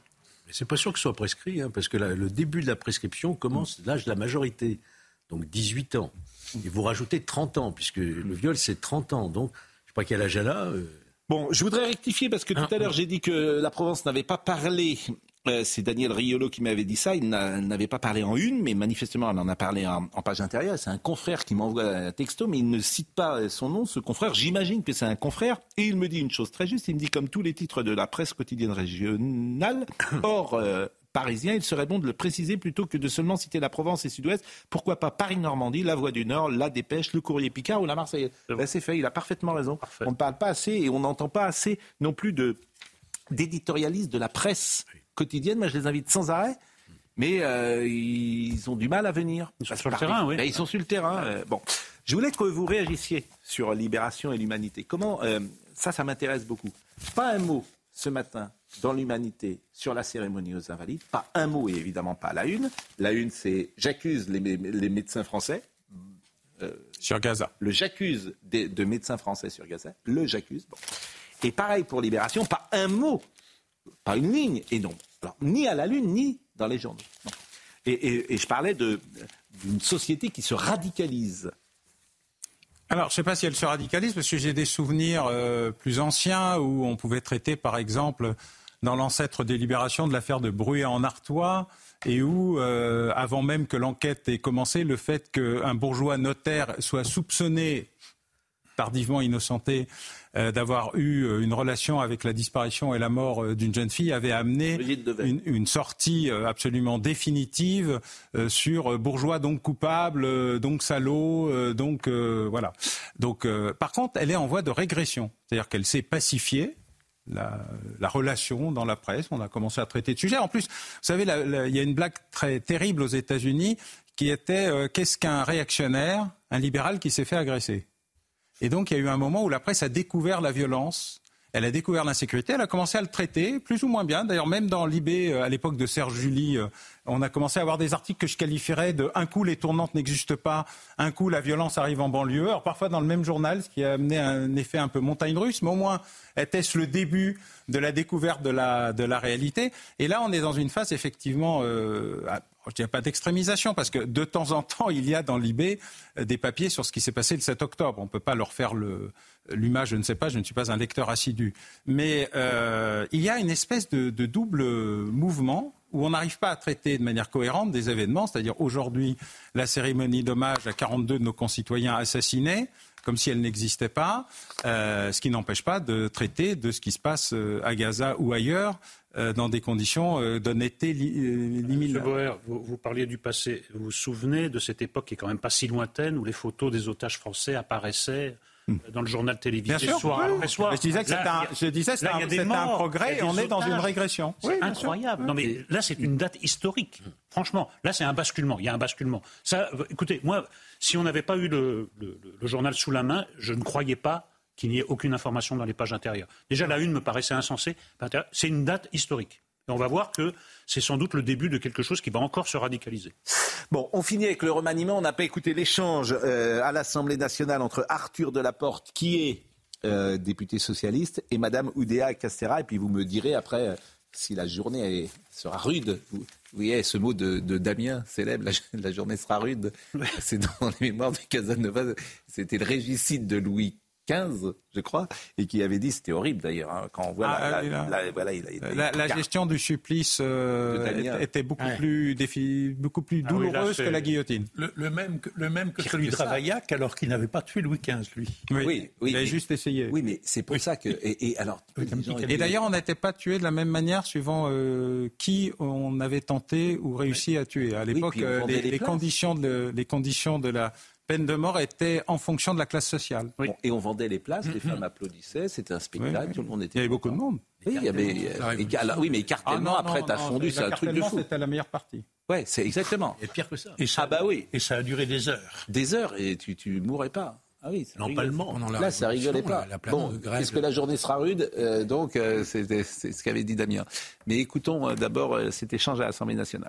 Mais c'est pas sûr que ce soit prescrit, hein, parce que la, le début de la prescription commence mmh. l'âge de la majorité, donc dix-huit ans. Et vous rajoutez trente ans, puisque le viol, c'est trente ans. Donc, je ne sais pas quel âge elle a. Euh... Bon, je voudrais rectifier, parce que tout à l'heure, j'ai dit que la Provence n'avait pas parlé. Euh, c'est Daniel Riolo qui m'avait dit ça. Il n'a, n'avait pas parlé en une, mais manifestement, elle en a parlé en, en page intérieure. C'est un confrère qui m'envoie un texto, mais il ne cite pas son nom, ce confrère. J'imagine que c'est un confrère. Et il me dit une chose très juste. Il me dit, comme tous les titres de la presse quotidienne régionale, hors euh, parisien, il serait bon de le préciser plutôt que de seulement citer la Provence et Sud-Ouest. Pourquoi pas Paris-Normandie, la Voix du Nord, la Dépêche, le Courrier Picard ou la Marseillaise. Ben, c'est fait. Il a parfaitement raison. Parfait. On ne parle pas assez et on n'entend pas assez non plus de, d'éditorialistes de la presse quotidienne. Moi, je les invite sans arrêt, mais euh, ils ont du mal à venir. Ils sont sur le terrain, oui. Ben, ils sont sur le terrain. Euh, bon, je voulais que vous réagissiez sur Libération et l'Humanité. Comment euh, ça, ça m'intéresse beaucoup. Pas un mot ce matin dans l'Humanité sur la cérémonie aux Invalides. Pas un mot et évidemment pas la une. La une, c'est j'accuse les, les médecins français. Euh, sur Gaza. Le j'accuse de, de médecins français sur Gaza. Le j'accuse. Bon. Et pareil pour Libération, pas un mot. Pas une ligne, et non. Alors, ni à la Lune, ni dans les journaux. Et, et, et je parlais de, d'une société qui se radicalise. Alors, je ne sais pas si elle se radicalise, parce que j'ai des souvenirs euh, plus anciens où on pouvait traiter, par exemple, dans l'ancêtre des Libérations, de l'affaire de Bruay en Artois, et où, euh, avant même que l'enquête ait commencé, le fait qu'un bourgeois notaire soit soupçonné, tardivement innocenté, euh, d'avoir eu une relation avec la disparition et la mort euh, d'une jeune fille avait amené une, une sortie euh, absolument définitive euh, sur euh, bourgeois donc coupable, euh, donc salaud, euh, donc euh, voilà. Donc, euh, par contre, elle est en voie de régression, c'est-à-dire qu'elle s'est pacifiée. La, la relation dans la presse, on a commencé à traiter de sujets. En plus, vous savez, la, la, il y a une blague très terrible aux États-Unis qui était euh, qu'est-ce qu'un réactionnaire, un libéral qui s'est fait agresser. Et donc, il y a eu un moment où la presse a découvert la violence, elle a découvert l'insécurité, elle a commencé à le traiter, plus ou moins bien. D'ailleurs, même dans Libé, à l'époque de Serge July, on a commencé à avoir des articles que je qualifierais de « un coup, les tournantes n'existent pas, un coup, la violence arrive en banlieue ». Alors, parfois dans le même journal, ce qui a amené un effet un peu montagne russe, mais au moins, était-ce le début de la découverte de la, de la réalité ? Et là, on est dans une phase, effectivement... Euh, je ne dirais pas d'extrémisation, parce que de temps en temps, il y a dans Libé des papiers sur ce qui s'est passé le sept octobre. On ne peut pas leur faire le, l'image, je ne sais pas, je ne suis pas un lecteur assidu. Mais euh, il y a une espèce de, de double mouvement où on n'arrive pas à traiter de manière cohérente des événements, c'est-à-dire aujourd'hui la cérémonie d'hommage à quarante-deux de nos concitoyens assassinés, comme si elle n'existait pas, euh, ce qui n'empêche pas de traiter de ce qui se passe à Gaza ou ailleurs, dans des conditions d'honnêteté liminaires. Monsieur Boer, vous, vous parliez du passé. Vous vous souvenez de cette époque qui est quand même pas si lointaine où les photos des otages français apparaissaient dans le journal télévisé bien sûr, soir oui. après soir. Je disais que c'était un, je disais que c'était un, c'était un progrès et on est dans une régression. C'est oui, incroyable. Non mais là c'est une date historique. Franchement, là c'est un basculement. Il y a un basculement. Ça, écoutez, moi, si on n'avait pas eu le, le, le journal sous la main, je ne croyais pas qu'il n'y ait aucune information dans les pages intérieures. Déjà, la une me paraissait insensée. C'est une date historique. Et on va voir que c'est sans doute le début de quelque chose qui va encore se radicaliser. Bon, on finit avec le remaniement. On n'a pas écouté l'échange euh, à l'Assemblée nationale entre Arthur Delaporte, qui est euh, député socialiste, et Madame Oudéa Castéra. Et puis vous me direz après euh, si la journée est, sera rude. Vous voyez ce mot de, de Damien célèbre, la, la journée sera rude. C'est dans les mémoires de Casanova. C'était le régicide de Louis quinze, je crois, et qui avait dit, c'était horrible d'ailleurs, hein, quand on voit ah, la, oui, la, la, voilà, il a été la, la gestion du supplice euh, était beaucoup, ouais. plus, défi, beaucoup plus douloureuse ah oui, là, que la guillotine. Le, le même que, le même que celui de Ravaillac, alors qu'il n'avait pas tué Louis quinze, lui. Oui, oui, oui il a mais, juste essayé. Oui, mais c'est pour oui. ça que... Et, et, alors, et d'ailleurs, on n'était pas tué de la même manière suivant euh, qui on avait tenté ou réussi oui. à tuer. À l'époque, oui, euh, les, les, les, conditions de, les conditions de la... peine de mort était en fonction de la classe sociale. Oui. Bon, et on vendait les places, les femmes applaudissaient, c'était un spectacle, oui, oui. tout le monde était... Il y avait beaucoup de monde. Oui, il y avait, euh, oui mais écartèlement, ah, après, t'as fondu, c'est un truc de fou. C'était la meilleure partie. Oui, c'est exactement. Et pire que ça. Et ça. Ah bah oui. Et ça a duré des heures. Des heures, et tu ne mourrais pas. Ah oui, l'empalement. Là, ça rigolait pas. La, la bon, puisque la journée sera rude, euh, donc euh, c'est, c'est ce qu'avait dit Damien. Mais écoutons euh, d'abord euh, cet échange à l'Assemblée nationale.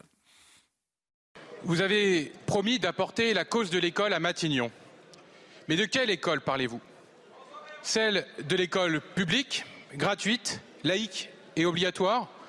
Vous avez promis d'apporter la cause de l'école à Matignon. Mais de quelle école parlez-vous ? Celle de l'école publique, gratuite, laïque et obligatoire ?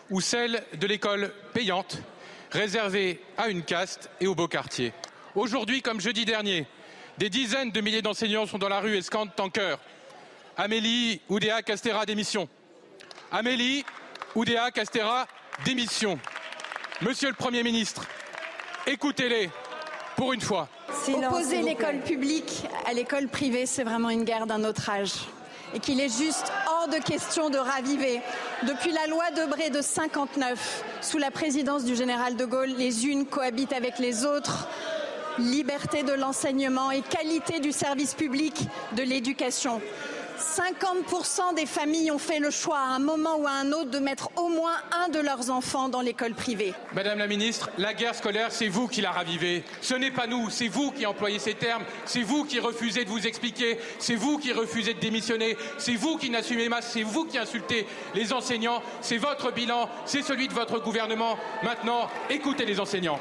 ou celle de l'école payante, réservée à une caste et au beau quartier. Aujourd'hui, comme jeudi dernier, des dizaines de milliers d'enseignants sont dans la rue et scandent en chœur. Amélie Oudéa Castéra, démission. Amélie Oudéa Castéra, démission. Monsieur le Premier ministre, écoutez-les pour une fois. Silence, opposer l'école publique à l'école privée, c'est vraiment une guerre d'un autre âge. Et qu'il est juste hors de question de raviver. Depuis la loi Debré de cinquante-neuf, sous la présidence du général de Gaulle, les unes cohabitent avec les autres. Liberté de l'enseignement et qualité du service public de l'éducation. cinquante pour cent des familles ont fait le choix à un moment ou à un autre de mettre au moins un de leurs enfants dans l'école privée. Madame la ministre, la guerre scolaire, c'est vous qui la ravivez. Ce n'est pas nous, c'est vous qui employez ces termes, c'est vous qui refusez de vous expliquer, c'est vous qui refusez de démissionner, c'est vous qui n'assumez pas, c'est vous qui insultez les enseignants, c'est votre bilan, c'est celui de votre gouvernement. Maintenant, écoutez les enseignants.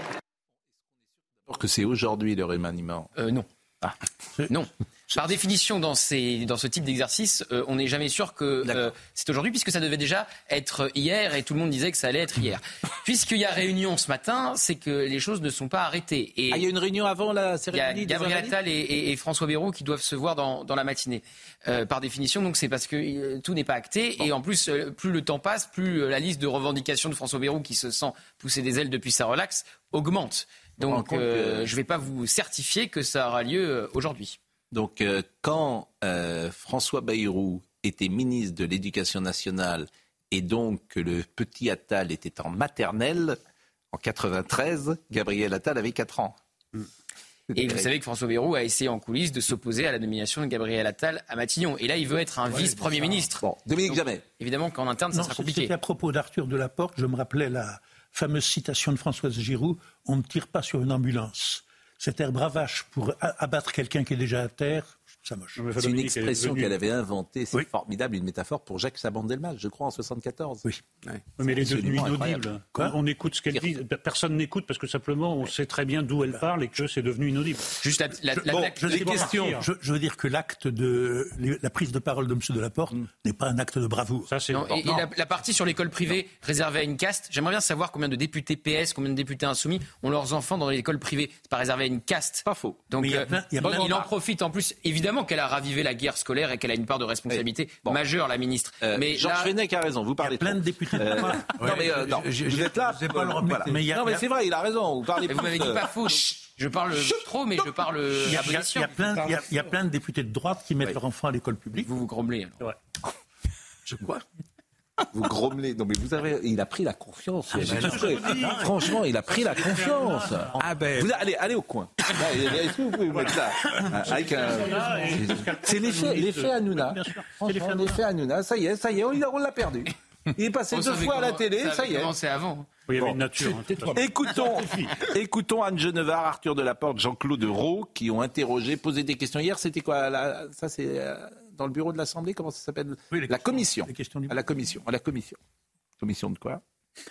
Alors que c'est aujourd'hui le remaniement. Euh, non. Ah. Non. Par définition, dans, ces, dans ce type d'exercice, euh, on n'est jamais sûr que euh, c'est aujourd'hui, puisque ça devait déjà être hier et tout le monde disait que ça allait être hier. Puisqu'il y a réunion ce matin, c'est que les choses ne sont pas arrêtées. Et ah, il y a une réunion avant la cérémonie. Il y a Gabriel Attal et, et, et François Bayrou qui doivent se voir dans, dans la matinée. Euh, par définition, donc c'est parce que euh, tout n'est pas acté. Bon. Et en plus, euh, plus le temps passe, plus euh, la liste de revendications de François Bayrou, qui se sent pousser des ailes depuis sa relaxe, augmente. Donc euh, que... je ne vais pas vous certifier que ça aura lieu euh, aujourd'hui. Donc, euh, quand euh, François Bayrou était ministre de l'Éducation nationale et donc que le petit Attal était en maternelle, en quatre-vingt-treize, Gabriel Attal avait quatre ans. Mm. Et vous savez que François Bayrou a essayé en coulisses de s'opposer à la nomination de Gabriel Attal à Matignon. Et là, il veut être un ouais, vice-premier ministre. Bon, Dominique donc, Jamais. Évidemment qu'en interne, ça non, sera compliqué. C'était à propos d'Arthur Delaporte, je me rappelais la fameuse citation de Françoise Giroud, « On ne tire pas sur une ambulance ». Cet air bravache pour abattre quelqu'un qui est déjà à terre, ça moche. C'est une expression qu'elle avait inventée, c'est oui. formidable, une métaphore pour Jacques Chaban-Delmas, je crois, en soixante-quatorze. Oui. Ouais. Oui mais elle est devenue inaudible. Quand on écoute ce qu'elle dit, personne n'écoute parce que simplement on sait très bien d'où elle parle et que c'est devenu inaudible. Juste la, la, je, la, bon, la, je, les questions. Je, je veux dire que l'acte de la prise de parole de M. Delaporte mm. n'est pas un acte de bravoure. Ça, c'est non, et, et la, la partie sur l'école privée non. réservée à une caste, j'aimerais bien savoir combien de députés P S, combien de députés insoumis ont leurs enfants dans l'école privée. C'est pas réservé à une caste. Pas faux. Donc euh, plein, il, il en profite en plus. Évidemment qu'elle a ravivé la guerre scolaire et qu'elle a une part de responsabilité bon. majeure, la ministre. Euh, mais Georges là... Fenech a raison, vous parlez. Il y a plein de députés. Euh, non, mais euh, non, je, vous êtes là. Je pas euh, voilà. mais a, non, mais c'est vrai, il a raison. Vous parlez. Vous m'avez dit pas faux. Je parle trop, mais je parle. Il y a, il y a, il y a, plein, il y a, il y a plein de députés de droite qui mettent ouais. leurs enfants à l'école publique. Vous vous grommelez. Ouais. Je crois. Vous grommelez. Non, mais vous avez. Il a pris la confiance. Ah, ben franchement, il a pris la confiance. Ah ben. Vous, allez, allez au coin. Est-ce que vous pouvez vous mettre là avec un... C'est l'effet, l'effet Hanouna. Franchement, l'effet Hanouna. Ça y est, ça y est, on l'a perdu. Il est passé deux fois à la télé, ça, ça y est. Commencé avant. Oui, il y avait une nature. Hein, écoutons, écoutons Anne Genevard, Arthur Delaporte, Jean-Claude Roux, qui ont interrogé, posé des questions. Hier, c'était quoi la... Ça, c'est dans le bureau de l'Assemblée. Comment ça s'appelle? Oui, la commission. Du... À la commission. À la commission. Commission de quoi?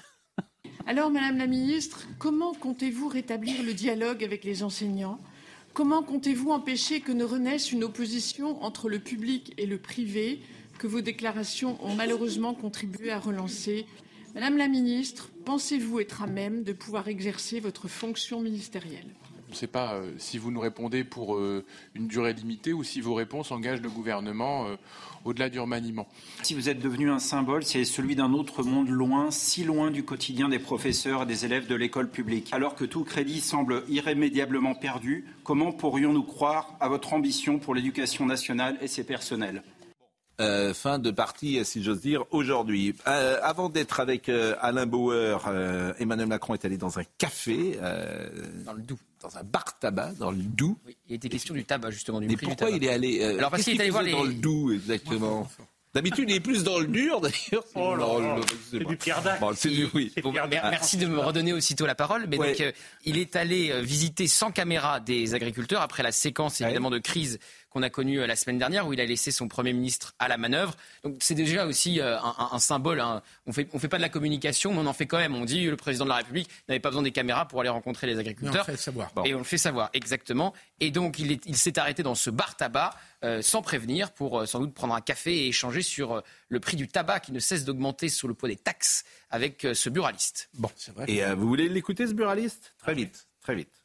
Alors, Madame la Ministre, comment comptez-vous rétablir le dialogue avec les enseignants? Comment comptez-vous empêcher que ne renaisse une opposition entre le public et le privé que vos déclarations ont malheureusement contribué à relancer? Madame la Ministre, pensez-vous être à même de pouvoir exercer votre fonction ministérielle? Je ne sais pas euh, si vous nous répondez pour euh, une durée limitée ou si vos réponses engagent le gouvernement euh, au-delà du remaniement. Si vous êtes devenu un symbole, c'est celui d'un autre monde loin, si loin du quotidien des professeurs et des élèves de l'école publique. Alors que tout crédit semble irrémédiablement perdu, comment pourrions-nous croire à votre ambition pour l'éducation nationale et ses personnels ? Euh, fin de partie, si j'ose dire, aujourd'hui. Euh, avant d'être avec euh, Alain Bauer, euh, Emmanuel Macron est allé dans un café. Euh, dans le Doubs. Dans un bar-tabac, dans le Doubs. Oui, il était question du tabac, justement, du Mais prix pourquoi du tabac. il est allé euh, Alors, parce qu'il est allé voir les... dans le Doubs, exactement. D'habitude, il est plus dans le dur, d'ailleurs. Oh là là, c'est, c'est du Pierre Dac. Bon, c'est du, oui. Bon, merci de me redonner aussitôt la parole. Mais ouais. donc, euh, il est allé euh, visiter sans caméra des agriculteurs après la séquence, évidemment, ouais. de crise qu'on a connue euh, la semaine dernière, où il a laissé son Premier ministre à la manœuvre. Donc, c'est déjà aussi euh, un, un, un symbole. Hein. On fait, on fait pas de la communication, mais on en fait quand même. On dit le président de la République n'avait pas besoin des caméras pour aller rencontrer les agriculteurs. Et on le fait savoir. Bon. Et on le fait savoir, exactement. Et donc, il, est, il s'est arrêté dans ce bar-tabac euh, sans prévenir pour euh, sans doute prendre un café et échanger sur le prix du tabac qui ne cesse d'augmenter sous le poids des taxes avec ce buraliste. Bon, c'est vrai. Et euh, vous voulez l'écouter, ce buraliste ? Très vite, très vite.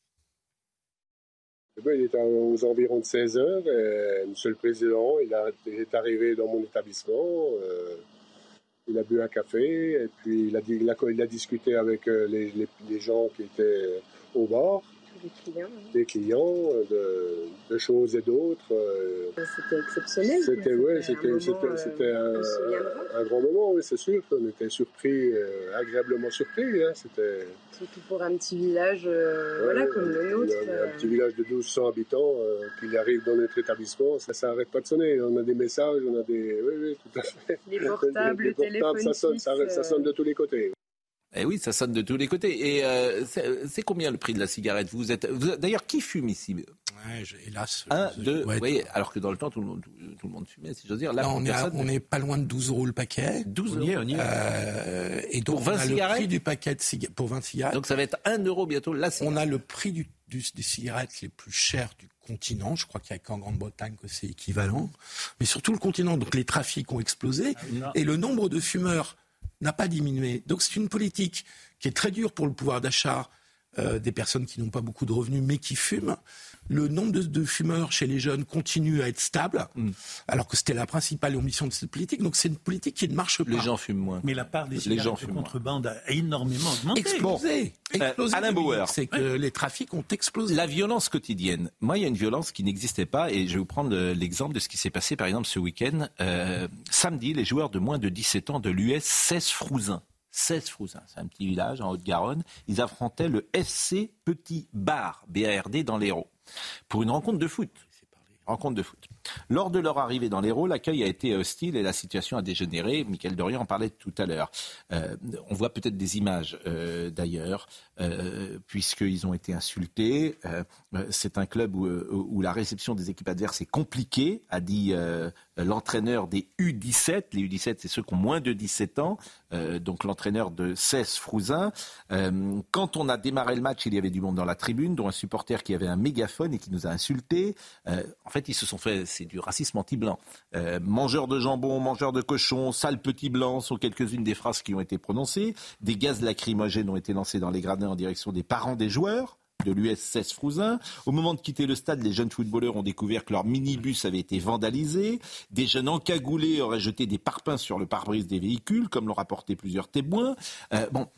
Il était aux environs de seize heures. Et Monsieur le Président, il, a, il est arrivé dans mon établissement. Euh, il a bu un café et puis il a, il a, il a discuté avec les, les, les gens qui étaient au bar. Des clients. Oui. Des clients, de, de choses et d'autres. C'était exceptionnel. C'était, ouais, c'était, un, c'était, c'était un, un grand moment, oui, c'est sûr. On était surpris, euh, agréablement surpris. Hein, c'était... Surtout pour un petit village euh, ouais, voilà, comme le nôtre. Un, euh... un petit village de douze cents habitants euh, qui arrive dans notre établissement, ça n'arrête pas de sonner. On a des messages, on a des... Oui, oui, tout à fait. Les portables, les, les portables, ça sonne, ça, ça sonne de tous les côtés. Eh oui, ça sonne de tous les côtés. Et euh, c'est, c'est combien le prix de la cigarette ? Vous êtes, vous, d'ailleurs, qui fume ici ? Ouais, hélas. Un, deux, ouais, oui, alors que dans le temps, tout le monde, tout, tout le monde fumait, si j'ose dire. Là, non, on, est personne... à, on est pas loin de douze euros le paquet. douze euros, on y est. Euh, et donc, pour vingt on a cigarettes ? Le prix du paquet de cigarettes. Pour vingt cigarettes. Donc, ça va être un euro bientôt. Là, on a le prix du, du, des cigarettes les plus chères du continent. Je crois qu'il n'y a qu'en Grande-Bretagne que c'est équivalent. Mais surtout le continent. Donc, les trafics ont explosé. Ah, et le nombre de fumeurs n'a pas diminué. Donc, c'est une politique qui est très dure pour le pouvoir d'achat euh, des personnes qui n'ont pas beaucoup de revenus mais qui fument. Le nombre de, de fumeurs chez les jeunes continue à être stable, mmh. alors que c'était la principale ambition de cette politique. Donc c'est une politique qui ne marche pas. Les gens fument moins. Mais la part des cigarettes de contrebande a énormément augmenté. Explosé. Bon. explosé. Euh, Alain Bauer. C'est que ouais. les trafics ont explosé. La violence quotidienne. Moi, il y a une violence qui n'existait pas et je vais vous prendre l'exemple de ce qui s'est passé, par exemple, ce week-end. Euh, samedi, les joueurs de moins de dix-sept ans de l'U S Cesse-Frouzin. Cesse-Frouzin, c'est un petit village en Haute-Garonne. Ils affrontaient le F C Petit Bar, B A R D, dans l'Hérault, pour une rencontre de foot. Rencontre de foot. Lors de leur arrivée dans l'Hérault, l'accueil a été hostile et la situation a dégénéré. Michael Dorian en parlait tout à l'heure. Euh, on voit peut-être des images euh, d'ailleurs, euh, puisqu'ils ont été insultés. Euh, c'est un club où, où la réception des équipes adverses est compliquée, a dit euh, l'entraîneur des U dix-sept. Les U dix-sept, c'est ceux qui ont moins de dix-sept ans. Euh, donc l'entraîneur de Cesse-Frouzin. Euh, quand on a démarré le match, il y avait du monde dans la tribune, dont un supporter qui avait un mégaphone et qui nous a insultés. Euh, en fait, ils se sont fait, c'est du racisme anti-blanc. Euh, mangeur de jambon, mangeur de cochon, sale petit blanc sont quelques-unes des phrases qui ont été prononcées. Des gaz lacrymogènes ont été lancés dans les gradins en direction des parents des joueurs de l'U S Cesse-Frouzin. Au moment de quitter le stade, les jeunes footballeurs ont découvert que leur minibus avait été vandalisé. Des jeunes encagoulés auraient jeté des parpaings sur le pare-brise des véhicules, comme l'ont rapporté plusieurs témoins. Euh, bon,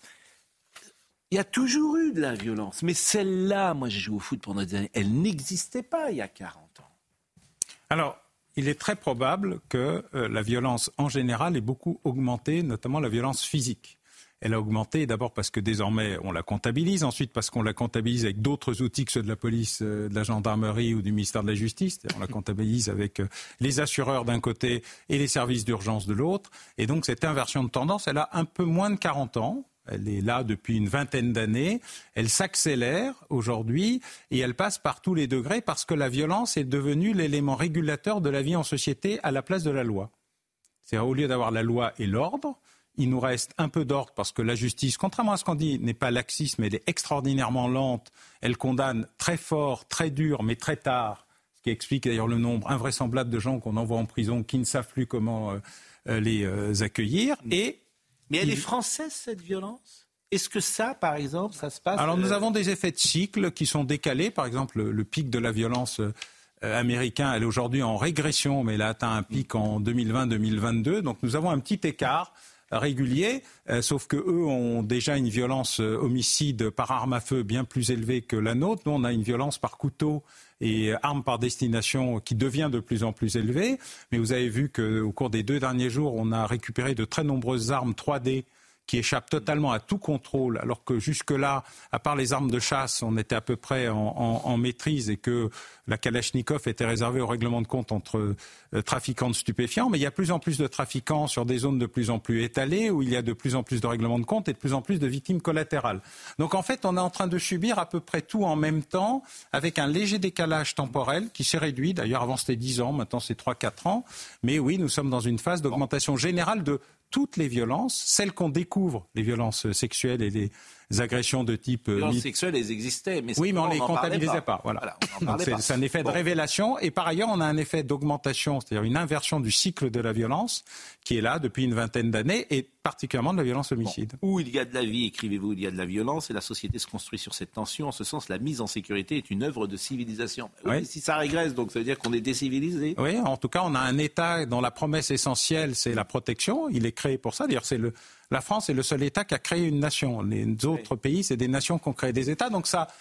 il y a toujours eu de la violence, mais celle-là, moi j'ai joué au foot pendant des années, elle n'existait pas il y a quarante ans. Alors, il est très probable que euh, la violence en général ait beaucoup augmenté, notamment la violence physique. Elle a augmenté d'abord parce que désormais on la comptabilise, ensuite parce qu'on la comptabilise avec d'autres outils que ceux de la police, euh, de la gendarmerie ou du ministère de la Justice. On la comptabilise avec euh, les assureurs d'un côté et les services d'urgence de l'autre. Et donc cette inversion de tendance, elle a un peu moins de quarante ans. Elle est là depuis une vingtaine d'années. Elle s'accélère aujourd'hui et elle passe par tous les degrés parce que la violence est devenue l'élément régulateur de la vie en société à la place de la loi. C'est-à-dire au lieu d'avoir la loi et l'ordre, il nous reste un peu d'ordre parce que la justice, contrairement à ce qu'on dit, n'est pas laxiste, mais elle est extraordinairement lente. Elle condamne très fort, très dur, mais très tard, ce qui explique d'ailleurs le nombre invraisemblable de gens qu'on envoie en prison qui ne savent plus comment euh, les euh, accueillir. Et Mais elle est française, cette violence ? Est-ce que ça, par exemple, ça se passe... Alors nous avons des effets de cycle qui sont décalés. Par exemple, le, le pic de la violence euh, américain, elle est aujourd'hui en régression, mais elle a atteint un pic en deux mille vingt deux mille vingt-deux. Donc nous avons un petit écart régulier, euh, sauf que eux ont déjà une violence euh, homicide par arme à feu bien plus élevée que la nôtre. Nous, on a une violence par couteau et armes par destination qui devient de plus en plus élevée. Mais vous avez vu qu'au cours des deux derniers jours, on a récupéré de très nombreuses armes trois D qui échappent totalement à tout contrôle, alors que jusque-là, à part les armes de chasse, on était à peu près en, en, en maîtrise et que la Kalachnikov était réservée au règlement de compte entre euh, trafiquants de stupéfiants. Mais il y a de plus en plus de trafiquants sur des zones de plus en plus étalées, où il y a de plus en plus de règlements de compte et de plus en plus de victimes collatérales. Donc en fait, on est en train de subir à peu près tout en même temps, avec un léger décalage temporel qui s'est réduit. D'ailleurs, avant c'était dix ans, maintenant c'est trois quatre ans. Mais oui, nous sommes dans une phase d'augmentation générale de toutes les violences, celles qu'on découvre, les violences sexuelles et les agressions de type... Les violences mi- sexuelles, elles existaient, mais oui, mais on ne les n'en parlait comptabilisait pas. Voilà. Voilà, on en Donc parlait c'est, pas. c'est un effet de Bon. révélation. Et par ailleurs, on a un effet d'augmentation, c'est-à-dire une inversion du cycle de la violence qui est là depuis une vingtaine d'années, et particulièrement de la violence homicide. Bon. Où il y a de la vie, écrivez-vous, il y a de la violence, et la société se construit sur cette tension. En ce sens, la mise en sécurité est une œuvre de civilisation. Oui, Oui. Si ça régresse, donc ça veut dire qu'on est décivilisé. Oui, en tout cas, on a un État dont la promesse essentielle, c'est la protection. Il est créé pour ça. D'ailleurs, c'est le, la France est le seul État qui a créé une nation. Les autres oui. pays, c'est des nations qui ont créé des États. Donc, ça,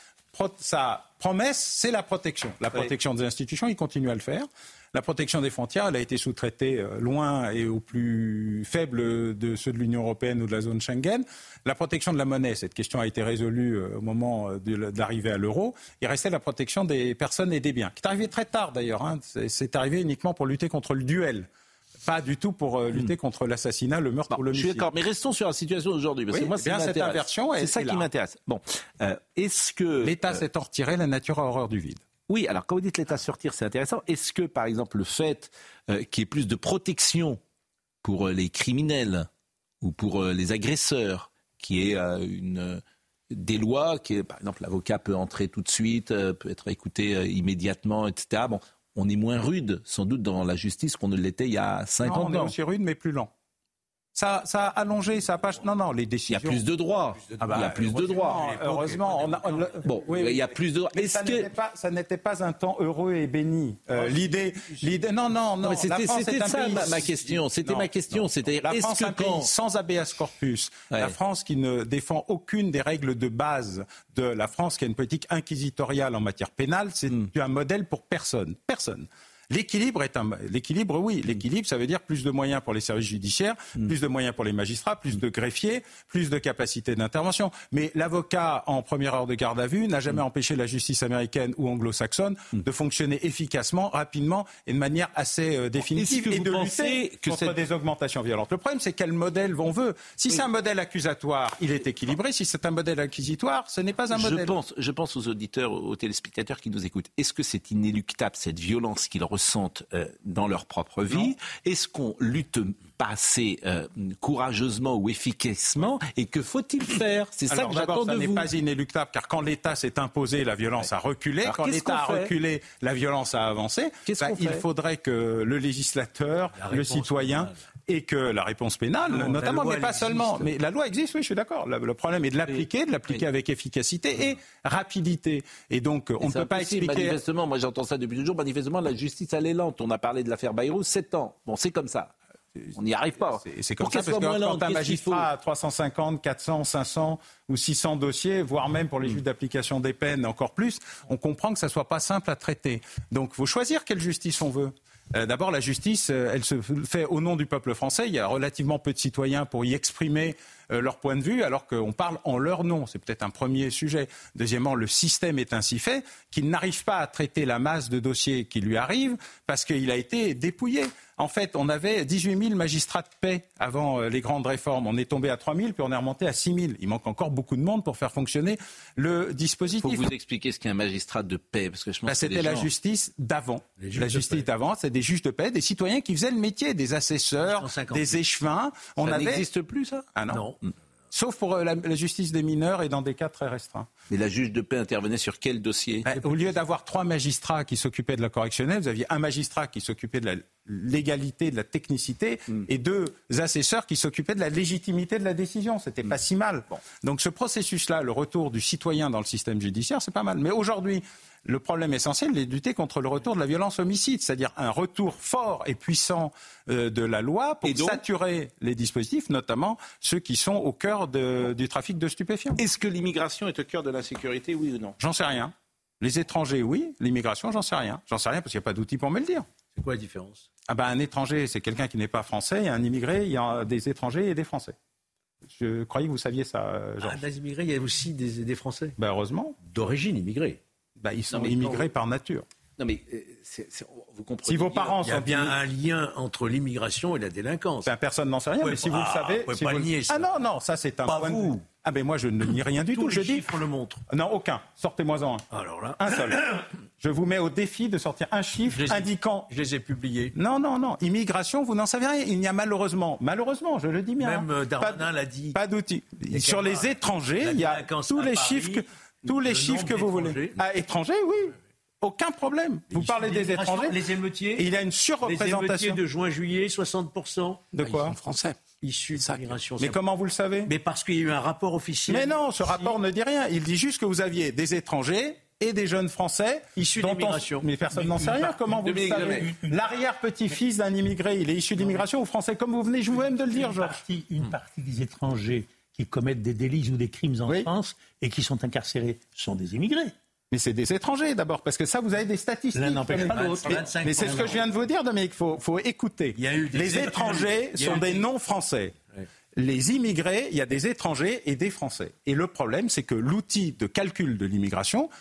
sa promesse, c'est la protection. La protection oui. des institutions, il continue à le faire. La protection des frontières, elle a été sous-traitée loin et au plus faible de ceux de l'Union européenne ou de la zone Schengen. La protection de la monnaie, cette question a été résolue au moment de l'arrivée à l'euro. Il restait la protection des personnes et des biens, qui est arrivé très tard d'ailleurs. Hein. C'est, c'est arrivé uniquement pour lutter contre le duel. Pas du tout pour euh, lutter contre l'assassinat, le meurtre bon, ou l'homicide. Je suis d'accord, mais restons sur la situation d'aujourd'hui. Parce oui, que moi, bien cette inversion, c'est ça qui là. m'intéresse. Bon, euh, est-ce que l'État euh, s'étant retiré, la nature a horreur du vide. Oui, alors quand vous dites l'État se retire, c'est intéressant. Est-ce que, par exemple, le fait euh, qu'il y ait plus de protection pour euh, les criminels ou pour euh, les agresseurs, qu'il y ait euh, une, euh, des lois, qui est, par exemple, l'avocat peut entrer tout de suite, euh, peut être écouté euh, immédiatement, et cetera. Bon, on est moins rude, sans doute, dans la justice qu'on ne l'était il y a cinquante ans. On est aussi rude, mais plus lent. Ça, ça a allongé, ça a pas... Non, non, les décisions... Il y a plus de droits. Ah bah, il y a plus de droits. Heureusement, on a, on a... Bon, oui, il y a plus de droits. Mais ça, que... n'était pas, ça n'était pas un temps heureux et béni. Euh, l'idée, l'idée... Non, non, non. non c'était c'était ça pays... ma, ma question. C'était non, ma question. C'était la est-ce France que un quand... pays sans habeas corpus, ouais. La France qui ne défend aucune des règles de base de la France, qui a une politique inquisitoriale en matière pénale, c'est mm. un modèle pour personne. Personne. L'équilibre est un l'équilibre oui l'équilibre ça veut dire plus de moyens pour les services judiciaires, mmh. plus de moyens pour les magistrats, plus de greffiers, plus de capacité d'intervention. Mais l'avocat en première heure de garde à vue n'a jamais mmh. empêché la justice américaine ou anglo-saxonne mmh. de fonctionner efficacement, rapidement et de manière assez euh, définitive bon, et de lutter que contre cette... des augmentations violentes. Le problème c'est quel modèle on veut. Si oui. c'est un modèle accusatoire, il est équilibré. Si c'est un modèle acquisitoire, ce n'est pas un modèle. Je pense je pense aux auditeurs, aux téléspectateurs qui nous écoutent. Est-ce que c'est inéluctable cette violence qu'ils ressentent euh, dans leur propre vie? Non. Est-ce qu'on lutte pas assez euh, courageusement ou efficacement? Et que faut-il faire? C'est Alors, ça que j'attends de vous. Ça n'est pas inéluctable, car quand l'État s'est imposé, la violence ouais. a reculé. Alors, quand l'État a reculé, la violence a avancé. Bah, il faudrait que le législateur, le citoyen... Pénale. Et que la réponse pénale, non, notamment, mais pas seulement. Mais la loi existe, oui, je suis d'accord. Le, le problème est de l'appliquer, de l'appliquer oui. avec efficacité oui. et rapidité. Et donc, on ne peut pas expliquer... Manifestement, moi j'entends ça depuis toujours, manifestement, la justice, elle est lente. On a parlé de l'affaire Bayrou, sept ans. Bon, c'est comme ça. On n'y arrive pas. C'est, c'est comme pour ça, parce que quand lente, un magistrat a trois cent cinquante, quatre cents, cinq cents ou six cents dossiers, voire même pour les mmh. juges d'application des peines encore plus, on comprend que ça ne soit pas simple à traiter. Donc, il faut choisir quelle justice on veut. Euh, d'abord, la justice, euh, elle se fait au nom du peuple français. Il y a relativement peu de citoyens pour y exprimer euh, leur point de vue, alors qu'on parle en leur nom. C'est peut-être un premier sujet. Deuxièmement, le système est ainsi fait qu'il n'arrive pas à traiter la masse de dossiers qui lui arrivent parce qu'il a été dépouillé. En fait, on avait dix-huit mille magistrats de paix avant euh, les grandes réformes. On est tombé à trois mille, puis on est remonté à six mille. Il manque encore beaucoup de monde pour faire fonctionner le dispositif. Il faut vous expliquer ce qu'est un magistrat de paix, parce que je pense bah, que c'était gens... la justice d'avant. La justice d'avant, c'est des juges de paix, des citoyens qui faisaient le métier, des assesseurs, des échevins. On ça avait... n'existe plus, ça? Ah non. non. Sauf pour la, la justice des mineurs et dans des cas très restreints. Mais la juge de paix intervenait sur quel dossier? bah, Au lieu d'avoir trois magistrats qui s'occupaient de la correctionnelle, vous aviez un magistrat qui s'occupait de la légalité, de la technicité, mm. et deux assesseurs qui s'occupaient de la légitimité de la décision. C'était mm. pas si mal. Bon. Donc ce processus-là, le retour du citoyen dans le système judiciaire, c'est pas mal. Mais aujourd'hui, le problème essentiel est de lutter contre le retour de la violence homicide, c'est-à-dire un retour fort et puissant euh, de la loi pour donc, saturer les dispositifs, notamment ceux qui sont au cœur de, du trafic de stupéfiants. Est-ce que l'immigration est au cœur de l'insécurité, oui ou non? J'en sais rien. Les étrangers, oui. L'immigration, j'en sais rien. J'en sais rien parce qu'il n'y a pas d'outils pour me le dire. C'est quoi la différence? Ah ben, un étranger, c'est quelqu'un qui n'est pas français, et un immigré, il y a des étrangers et des Français. Je croyais que vous saviez ça, Georges. Ah, des immigrés, il y a aussi des, des Français? Ben, heureusement. D'origine immigrée? Ben, ils sont non, immigrés non, par nature. Non, mais c'est, c'est, vous comprenez. Si vos parents il y a bien un lien entre l'immigration et la délinquance. Ben, personne n'en sait rien, mais si pas, vous le savez. Vous si pas vous... nier ça. Ah non, non, ça c'est un pas point vous. de... Ah ben moi je ne nie rien du Tous tout. Les je chiffres dis. le montrent. Non, aucun. Sortez-moi en un. Alors là. Un seul. Je vous mets au défi de sortir un chiffre je les ai, indiquant... Je les ai publiés. Non, non, non. Immigration, vous n'en savez rien. Il n'y a malheureusement, malheureusement, je le dis bien. Même Darmanin l'a dit. Pas d'outils. Sur les étrangers, il y a tous les chiffres que, tous les chiffres que vous voulez. À étrangers, oui. Aucun problème. Vous parlez des étrangers. Les émeutiers. Et il y a une surreprésentation. Les émeutiers de juin-juillet, soixante pour cent. De quoi ? Ils sont français. Issus de l'immigration. Mais comment vous le savez ? Mais parce qu'il y a eu un rapport officiel. Mais non, ce rapport ne dit rien. Il dit juste que vous aviez des étrangers et des jeunes Français issus dont d'immigration. On... Mais personne n'en sait rien. Comment vous le savez ? L'arrière-petit-fils d'un immigré, il est issu d'immigration ou français, comme vous venez vous-même de le dire, Georges. Partie, une partie des étrangers qui commettent des délits ou des crimes en oui. France et qui sont incarcérés sont des immigrés. Mais c'est des étrangers d'abord, parce que ça, vous avez des statistiques. L'un n'empêche pas l'autre. Mais, mais c'est ce que je viens de vous dire, Dominique. Il faut, faut écouter. Il y a eu des Les étrangers sont des non-français. Ouais. Les immigrés, il y a des étrangers et des Français. Et le problème, c'est que l'outil de calcul de l'immigration,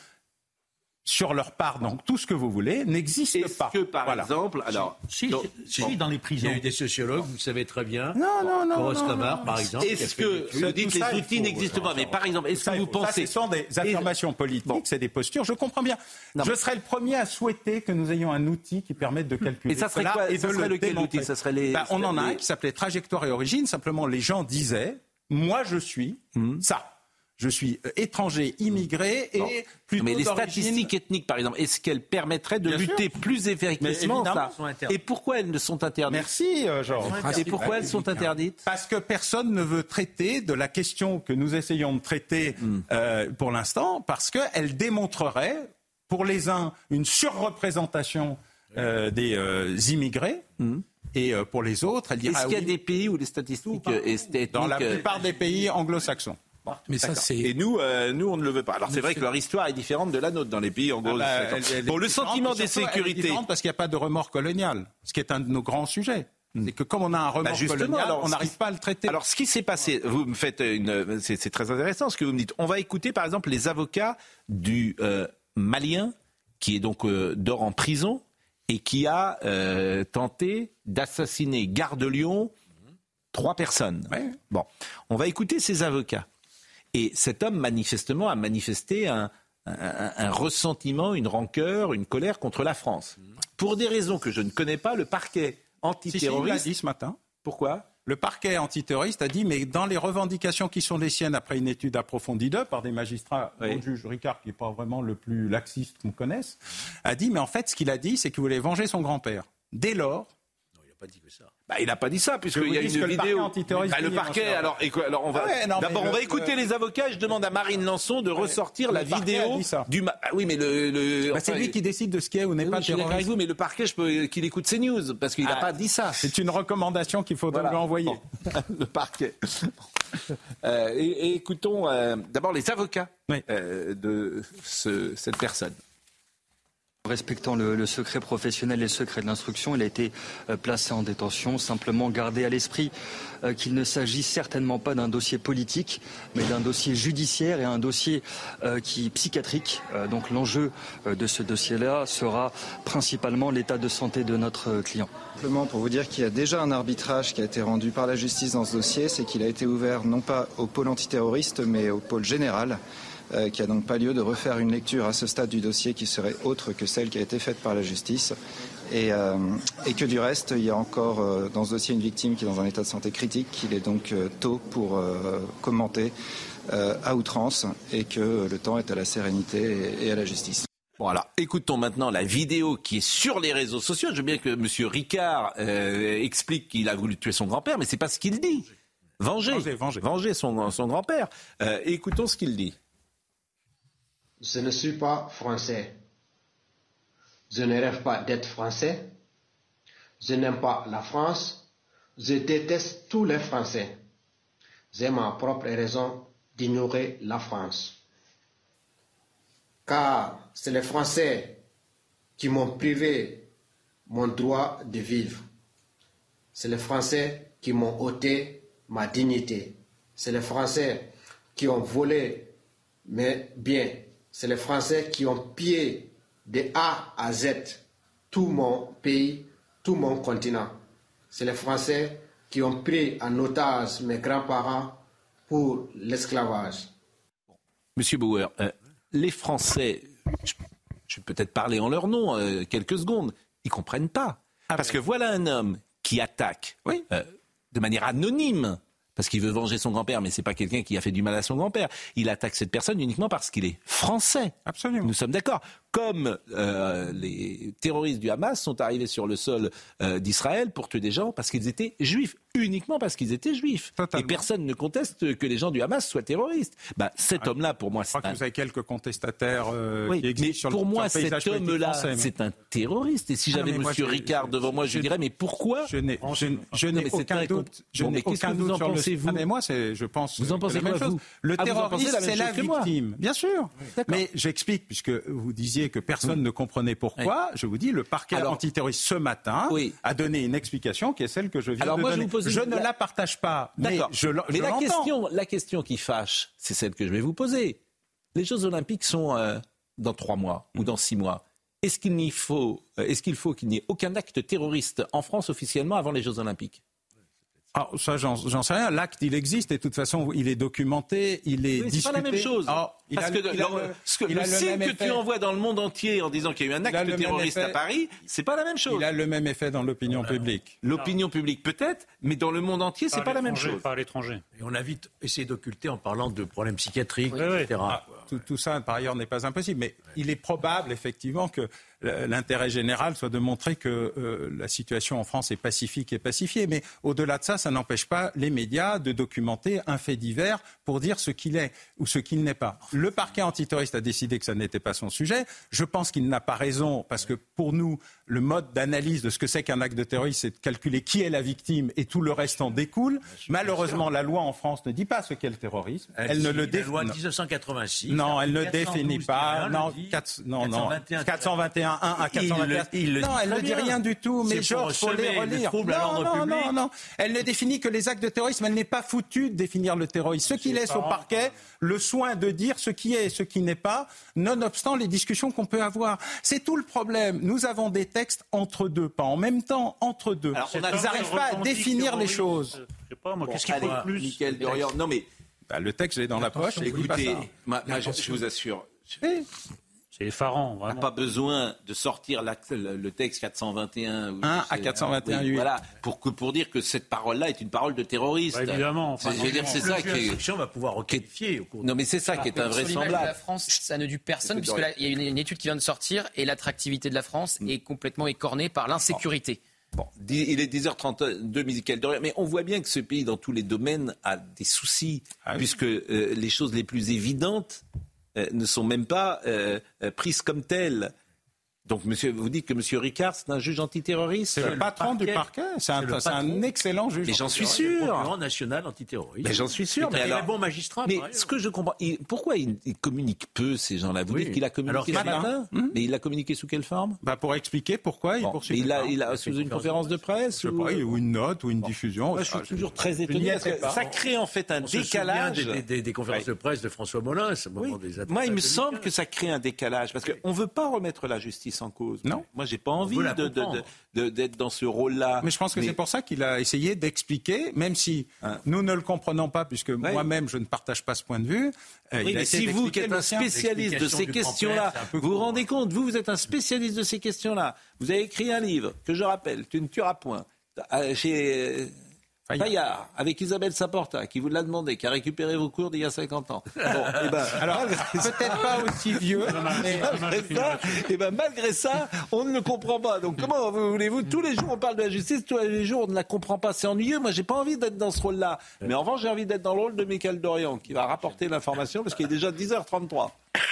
sur leur part, donc tout ce que vous voulez, n'existe Est-ce pas. que, par voilà. exemple, alors... Si, donc, si bon. dans les prisons. Il y a eu des sociologues, vous savez très bien. Non, non, non. Boris Lamar, par exemple. Est-ce que, vous dites que les outils n'existent pas, mais par exemple, est-ce ça, que vous ça, pensez... ce sont des affirmations politiques, bon. c'est des postures, je comprends bien. Non, je mais... serais le premier à souhaiter que nous ayons un outil qui permette de calculer et ça serait quoi, et ça de serait le lequel démontrer. Outil ça serait les... ben, on en a un qui s'appelait Trajectoire et Origine, simplement les gens disaient, moi je suis mmh. ça. Je suis étranger, immigré et non. plutôt Mais les d'origine... statistiques ethniques, par exemple, est-ce qu'elles permettraient de Bien lutter sûr. plus efficacement ça Et pourquoi elles ne sont interdites Merci, Georges. Et pourquoi elles sont interdites Parce que personne ne veut traiter de la question que nous essayons de traiter mm. euh, pour l'instant, parce qu'elle démontrerait, pour les uns, une surreprésentation euh, des euh, immigrés. Mm. Et euh, pour les autres, elle dirait... Est-ce qu'il y a oui, des pays où les statistiques ethniques... Dans la plupart des pays anglo-saxons. Mais ça, c'est... Et nous, euh, nous, on ne le veut pas. Alors, c'est vrai que leur histoire est différente de la nôtre dans les pays anglo-saxons. Ah bah, bon, le sentiment d'insécurité. Parce qu'il n'y a pas de remords colonial, ce qui est un de nos grands sujets. C'est que comme on a un remords bah colonial, alors, on n'arrive pas à le traiter. Alors, ce qui s'est passé, vous me faites une, c'est, c'est très intéressant ce que vous me dites. On va écouter, par exemple, les avocats du euh, Malien qui est donc euh, dort en prison et qui a euh, tenté d'assassiner Gare de Lyon trois personnes. Ouais. Bon, on va écouter ces avocats. Et cet homme, manifestement, a manifesté un, un, un ressentiment, une rancœur, une colère contre la France. Pour des raisons que je ne connais pas, le parquet antiterroriste... Si, si, il l'a dit ce matin. Pourquoi ? Le parquet antiterroriste a dit, mais dans les revendications qui sont les siennes, après une étude approfondie d'eux, par des magistrats, oui. le juge Ricard, qui n'est pas vraiment le plus laxiste qu'on connaisse, a dit, mais en fait, ce qu'il a dit, c'est qu'il voulait venger son grand-père. Dès lors... Non, il n'a pas dit que ça. Bah, il n'a pas dit ça, puisqu'il y a une vidéo. Le parquet antiterroriste. Bah, le parquet, alors, et quoi, alors on va. Ah ouais, non, d'abord, on va le, écouter le... les avocats. Et je demande à Marine Lançon de ressortir ouais, la vidéo du. Ah oui, mais le. le... Bah, c'est enfin, lui qui décide de ce qui est ou n'est oui, pas terroriste. Avec vous, mais le parquet, je peux qu'il écoute CNews parce qu'il n'a ah, pas dit ça. C'est une recommandation qu'il faudrait voilà. lui envoyer. Bon. Le parquet. euh, et, et écoutons euh, d'abord les avocats oui. euh, de ce, cette personne. Respectant le, le secret professionnel et le secret de l'instruction, il a été euh, placé en détention. Simplement garder à l'esprit euh, qu'il ne s'agit certainement pas d'un dossier politique, mais d'un dossier judiciaire et un dossier euh, qui psychiatrique. Euh, donc l'enjeu euh, de ce dossier-là sera principalement l'état de santé de notre euh, client. Simplement pour vous dire qu'il y a déjà un arbitrage qui a été rendu par la justice dans ce dossier, c'est qu'il a été ouvert non pas au pôle antiterroriste, mais au pôle général. Euh, qui n'a donc pas lieu de refaire une lecture à ce stade du dossier qui serait autre que celle qui a été faite par la justice. Et, euh, et que du reste, il y a encore euh, dans ce dossier une victime qui est dans un état de santé critique, qu'il est donc euh, tôt pour euh, commenter euh, à outrance et que le temps est à la sérénité et, et à la justice. Bon alors, écoutons maintenant la vidéo qui est sur les réseaux sociaux. Je veux bien que M. Ricard euh, explique qu'il a voulu tuer son grand-père, mais c'est pas ce qu'il dit. Venger, venger, venger. venger son, son grand-père. Euh, écoutons ce qu'il dit. Je ne suis pas français. Je ne rêve pas d'être français. Je n'aime pas la France. Je déteste tous les Français. J'ai ma propre raison d'ignorer la France. Car c'est les Français qui m'ont privé mon droit de vivre. C'est les Français qui m'ont ôté ma dignité. C'est les Français qui ont volé mes biens. C'est les Français qui ont pillé de A à Z tout mon pays, tout mon continent. C'est les Français qui ont pris en otage mes grands-parents pour l'esclavage. Monsieur Bauer, euh, les Français, je, je vais peut-être parler en leur nom euh, quelques secondes. Ils comprennent pas. Ah parce ben. que voilà un homme qui attaque oui. euh, de manière anonyme, parce qu'il veut venger son grand-père, mais c'est pas quelqu'un qui a fait du mal à son grand-père. Il attaque cette personne uniquement parce qu'il est français. Absolument. Nous sommes d'accord. Comme euh, les terroristes du Hamas sont arrivés sur le sol euh, d'Israël pour tuer des gens parce qu'ils étaient juifs, uniquement parce qu'ils étaient juifs. Totalement. Et personne ne conteste que les gens du Hamas soient terroristes. Bah, cet ah, homme-là, pour moi, je c'est crois un... que vous avez quelques contestataires euh, oui, qui existent sur pour le, moi, sur le paysage cet homme-là, français, mais... c'est un terroriste. Et si j'avais ah, Monsieur Ricard devant moi, je, je dirais, mais pourquoi Je n'ai, je, je n'ai non, aucun doute. Je bon, n'ai aucun doute sur le. Vous ah, mais moi, c'est, je pense. Vous en pensez la quoi, même chose. Vous Le ah, terroriste, la c'est la victime. Bien sûr. Oui, mais j'explique, puisque vous disiez que personne ne comprenait pourquoi. Je vous dis, le parquet Alors, antiterroriste ce matin oui. a donné une explication qui est celle que je viens Alors de moi, donner. Je, vous pose je une... ne la partage pas, mais je, je Mais la l'entends. question, la question qui fâche, c'est celle que je vais vous poser. Les Jeux Olympiques sont euh, dans trois mois ou dans six mois. Est-ce qu'il n'y faut, euh, est-ce qu'il faut qu'il n'y ait aucun acte terroriste en France officiellement avant les Jeux Olympiques ? Ah, ça, j'en, j'en sais rien. L'acte, il existe et de toute façon, il est documenté, il est oui, discuté. C'est pas la même chose. Ah, Parce que le, le, ce que, le, le signe que effet. tu envoies dans le monde entier en disant qu'il y a eu un acte terroriste à Paris, c'est pas la même chose. Il a le même effet dans l'opinion voilà. publique. L'opinion publique peut-être, mais dans le monde entier, c'est pas la même chose. Par l'étranger. Et on a vite essayé d'occulter en parlant de problèmes psychiatriques, oui, et cetera. Oui. Ah, tout, tout ça, par ailleurs, n'est pas impossible. Mais il est probable, effectivement, que l'intérêt général soit de montrer que euh, la situation en France est pacifique et pacifiée. Mais au-delà de ça, ça n'empêche pas les médias de documenter un fait divers pour dire ce qu'il est ou ce qu'il n'est pas. Le parquet antiterroriste a décidé que ça n'était pas son sujet. Je pense qu'il n'a pas raison parce que pour nous, le mode d'analyse de ce que c'est qu'un acte de terrorisme, c'est de calculer qui est la victime et tout le reste en découle. Malheureusement, la loi en France ne dit pas ce qu'est le terrorisme. Elle, elle dit, ne le définit. La loi dix-neuf cent quatre-vingt-six. Non, elle ne définit pas. Non, quatre, non, non. quatre cent vingt et un un à quatre cent vingt et un. Non, elle ne dit rien du tout. Mais Georges, il faut les relire. Non, non, non, non. Elle ne définit que les actes de terrorisme. Elle n'est pas foutue de définir le terrorisme. Ce qui laisse au parquet le soin de dire ce qui est et ce qui n'est pas, nonobstant les discussions qu'on peut avoir. C'est tout le problème. Nous avons des textes entre deux, pas en même temps, entre deux. Alors, Ils n'arrivent pas à définir les choses. Je sais pas, moi, bon, qu'est-ce qu'il faut de plus Michael Dorian, non mais... Bah, le texte est dans la poche. Écoutez, moi, moi, je, je vous assure... C'est effarant, vraiment. On n'a pas besoin de sortir la, le, le texte quatre cent vingt et un. Ou un à quatre cent vingt et un, oui, voilà, pour, que, pour dire que cette parole-là est une parole de terroriste. Bah, évidemment. Enfin, je veux dire, c'est ça qui est... On va pouvoir requalifier au cours de... Non, mais c'est ça ah, qui est invraisemblable. La France, ça ne dure personne, puisque là, il y a une, une étude qui vient de sortir et l'attractivité de la France mm. est complètement écornée par l'insécurité. Bon, il est dix heures trente-deux, Michael Dorian, mais on voit bien que ce pays, dans tous les domaines, a des soucis, ah, oui. puisque euh, les choses les plus évidentes euh, ne sont même pas euh, prises comme telles. Donc, monsieur, vous dites que M. Ricard, c'est un juge antiterroriste. C'est le patron du parquet. C'est un, c'est c'est un excellent juge. Mais j'en suis sûr. Le procureur national antiterroriste. Mais j'en suis sûr. C'est un alors, bon magistrat. Mais ce que je comprends, il, pourquoi ils il communiquent peu, ces gens-là? Vous oui. dites qu'il a communiqué ce matin, hum mais il a communiqué sous quelle forme? Bah pour expliquer pourquoi il bon, poursuit. Il a, il a sous une conférence de presse, je sais pas, ou une note ou une bon. diffusion. Moi, je suis toujours très étonné parce que ça crée en fait un décalage. Des, des, des conférences de presse de François Molins, au moment des attentats. Moi, il me semble que ça crée un décalage parce qu'on veut pas remettre la justice en cause. Non. Moi, j'ai pas envie de, de, de, de, d'être dans ce rôle-là. Mais je pense que mais... c'est pour ça qu'il a essayé d'expliquer, même si hein. nous ne le comprenons pas, puisque oui. moi-même, je ne partage pas ce point de vue. Euh, oui, mais si vous, qui êtes un spécialiste de ces questions-là, vous vous rendez compte, vous, vous êtes un spécialiste de ces questions-là. Vous avez écrit un livre, que je rappelle, Tu ne tueras point, chez... Fayard, avec Isabelle Saporta, qui vous l'a demandé, qui a récupéré vos cours d'il y a cinquante ans. Bon, et ben, alors, peut-être pas aussi vieux, mais malgré ça, et ben, malgré ça, on ne le comprend pas. Donc, comment voulez-vous, tous les jours on parle de la justice, tous les jours on ne la comprend pas. C'est ennuyeux. Moi, j'ai pas envie d'être dans ce rôle-là. Mais en revanche, j'ai envie d'être dans le rôle de Michael Dorian, qui va rapporter l'information, parce qu'il est déjà dix heures trente-trois.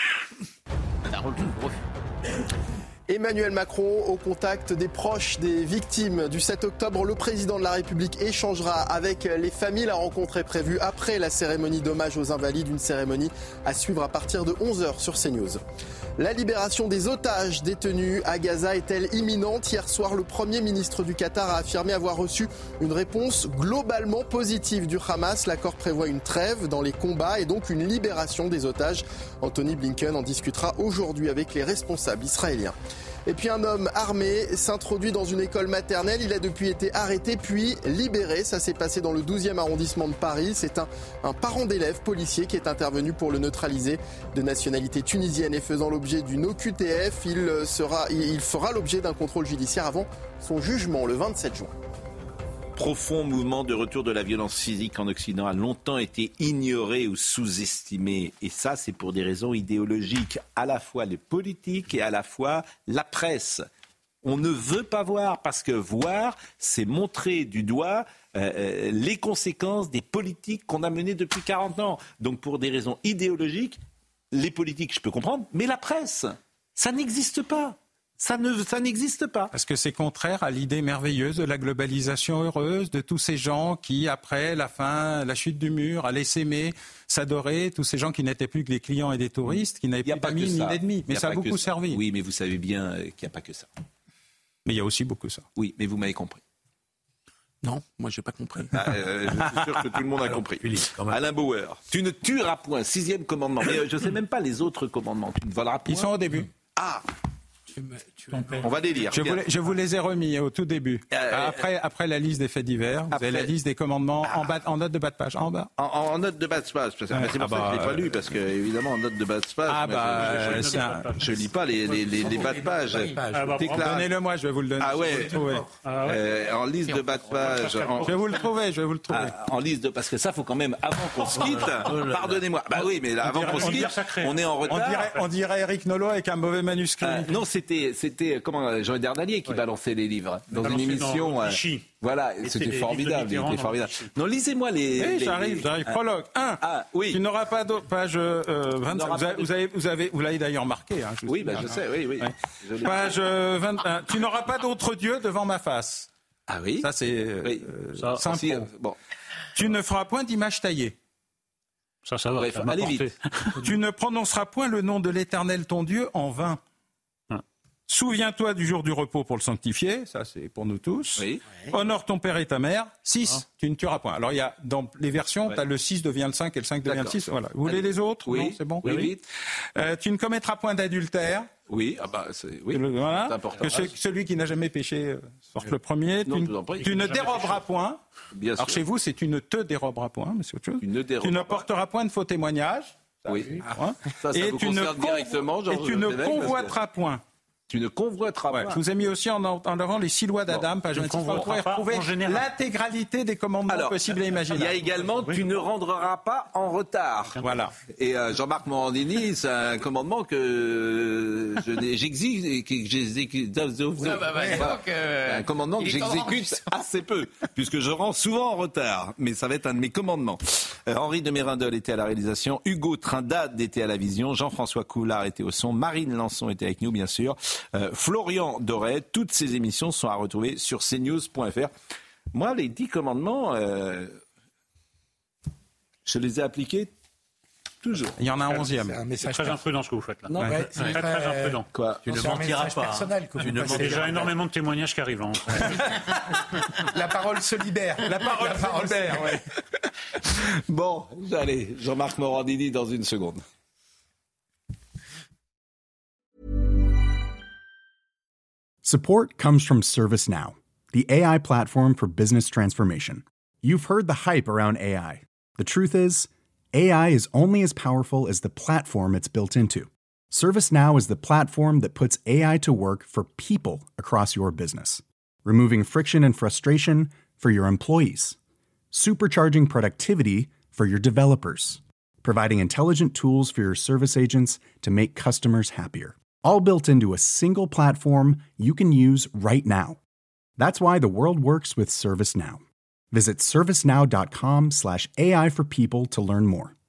Emmanuel Macron au contact des proches des victimes du sept octobre. Le président de la République échangera avec les familles. La rencontre est prévue après la cérémonie d'hommage aux invalides, une cérémonie à suivre à partir de onze heures sur CNews. La libération des otages détenus à Gaza est-elle imminente? Hier soir, le Premier ministre du Qatar a affirmé avoir reçu une réponse globalement positive du Hamas. L'accord prévoit une trêve dans les combats et donc une libération des otages. Anthony Blinken en discutera aujourd'hui avec les responsables israéliens. Et puis un homme armé s'introduit dans une école maternelle. Il a depuis été arrêté puis libéré. Ça s'est passé dans le douzième arrondissement de Paris. C'est un, un parent d'élève policier qui est intervenu pour le neutraliser. De nationalité tunisienne et faisant l'objet d'une O Q T F, il, sera, il fera l'objet d'un contrôle judiciaire avant son jugement le vingt-sept juin. Profond mouvement de retour de la violence physique en Occident a longtemps été ignoré ou sous-estimé. Et ça, c'est pour des raisons idéologiques, à la fois les politiques et à la fois la presse. On ne veut pas voir, parce que voir, c'est montrer du doigt euh, les conséquences des politiques qu'on a menées depuis quarante ans. Donc pour des raisons idéologiques, les politiques, je peux comprendre, mais la presse, ça n'existe pas. Ça, ne, ça n'existe pas. Parce que c'est contraire à l'idée merveilleuse de la globalisation heureuse, de tous ces gens qui, après la fin, la chute du mur, allaient s'aimer, s'adorer, tous ces gens qui n'étaient plus que des clients et des touristes, qui n'avaient plus d'amis ni d'ennemis. Mais ça a beaucoup servi. Oui, mais vous savez bien qu'il n'y a pas que ça. Mais il y a aussi beaucoup ça. Oui, mais vous m'avez compris. Non, moi j'ai pas compris. Ah, euh, je suis sûr que tout le monde a compris. Alain Bauer, tu ne tueras point, sixième commandement. Mais euh, je ne sais même pas les autres commandements. Tu ne voleras point. Ils sont au début. Ah. On va les lire. Je vous, les, je vous les ai remis au tout début. Euh, après, après la liste des faits divers, vous après, avez la liste des commandements ah, en, bas, en note de bas de page, en bas. En, en note de bas de page. Parce que, ouais, c'est pour ah ça bah, que je ne l'ai pas lu, parce que évidemment en note de bas de page, ah bah, je, je, je, un... je lis pas les, les, les, les bas de page. Ah bah, donnez-le moi, je vais vous le donner. Ah ouais. Ah ouais. Euh, en liste de bas de page. En... Je vais vous le trouver, je vais vous le trouver. Ah, en liste de, parce que ça, faut quand même avant qu'on se quitte. Pardonnez-moi. Bah oui, mais là, avant qu'on se quitte, on est en retard. On dirait Eric Nolot avec un mauvais manuscrit. Non, c'était, c'était comment Jean Dardalier qui ouais. balançait les livres dans une émission. Euh, voilà, c'était formidable. Il était formidable. Non, lisez-moi les. Oui, j'arrive, j'arrive. Prologue. un. Ah, oui. Tu n'auras pas d'autre page euh, vingt-cinq. Vous, avez, vous, avez, vous, avez, vous l'avez d'ailleurs marqué. Hein, oui, bah, je sais, oui, oui. Ouais. Page euh, vingt et un. Tu n'auras pas d'autre Dieu devant ma face. Ah oui. Ça, c'est euh, oui. euh, simple. Euh, bon. Tu ne feras point d'image taillée. Ça, ça va. Bref, allez vite. Tu ne prononceras point le nom de l'Éternel ton Dieu en vain. Souviens-toi du jour du repos pour le sanctifier, ça c'est pour nous tous. Oui. Honore ton père et ta mère. six, ah. Tu ne tueras point. Alors il y a dans les versions, ouais. tu as le six devient le cinq et le cinq devient le six. Voilà. Vous voulez les autres? Oui. Non, c'est bon. Oui, oui. oui. Euh, tu ne commettras point d'adultère. Oui, ah bah c'est oui. Le, voilà. C'est important. Que ce, celui qui n'a jamais péché euh, sorte oui. le premier. Non, tu, tu ne déroberas point. Bien Alors sûr. Chez vous, c'est tu ne te déroberas point, mais c'est autre chose. Tu ne, tu ne porteras point de faux témoignages. Ça, oui. Hein. Ça, ça et vous tu concerne ne directement, Et tu ne convoiteras point. Tu ne convoiteras ouais, pas. Je vous ai mis aussi en, en avant les six lois d'Adam, page vingt-six. Vous pourrez retrouver l'intégralité des commandements Alors, possibles et imaginables. Il y a également, oui. tu ne rendras pas en retard. Voilà. Et euh, Jean-Marc Morandini, c'est un commandement que je, j'exige et que j'exécute. Ah bah bah, voilà. euh, un commandement que j'exécute assez peu, puisque je rends souvent en retard. Mais ça va être un de mes commandements. Euh, Henri de Mérindol était à la réalisation, Hugo Trindade était à la vision, Jean-François Coulard était au son, Marine Lançon était avec nous, bien sûr. Euh, Florian Doré, toutes ces émissions sont à retrouver sur c news point f r. Moi, les dix commandements, euh, je les ai appliqués toujours. Il y en a un onzième. C'est très imprudent ce que vous faites là. Non, ouais. Ouais, c'est très, très, très imprudent. Quoi Tu ne mentiras pas. Hein. Tu ne mentiras déjà énormément de témoignages qui arrivent. Hein. La parole se libère. La parole, La parole se libère, ouais. Bon, allez, Jean-Marc Morandini dans une seconde. Support comes from ServiceNow, the A I platform for business transformation. You've heard the hype around A I. The truth is, A I is only as powerful as the platform it's built into. ServiceNow is the platform that puts A I to work for people across your business, removing friction and frustration for your employees, supercharging productivity for your developers, providing intelligent tools for your service agents to make customers happier. All built into a single platform you can use right now. That's why the world works with ServiceNow. Visit servicenow.com slash AI for people to learn more.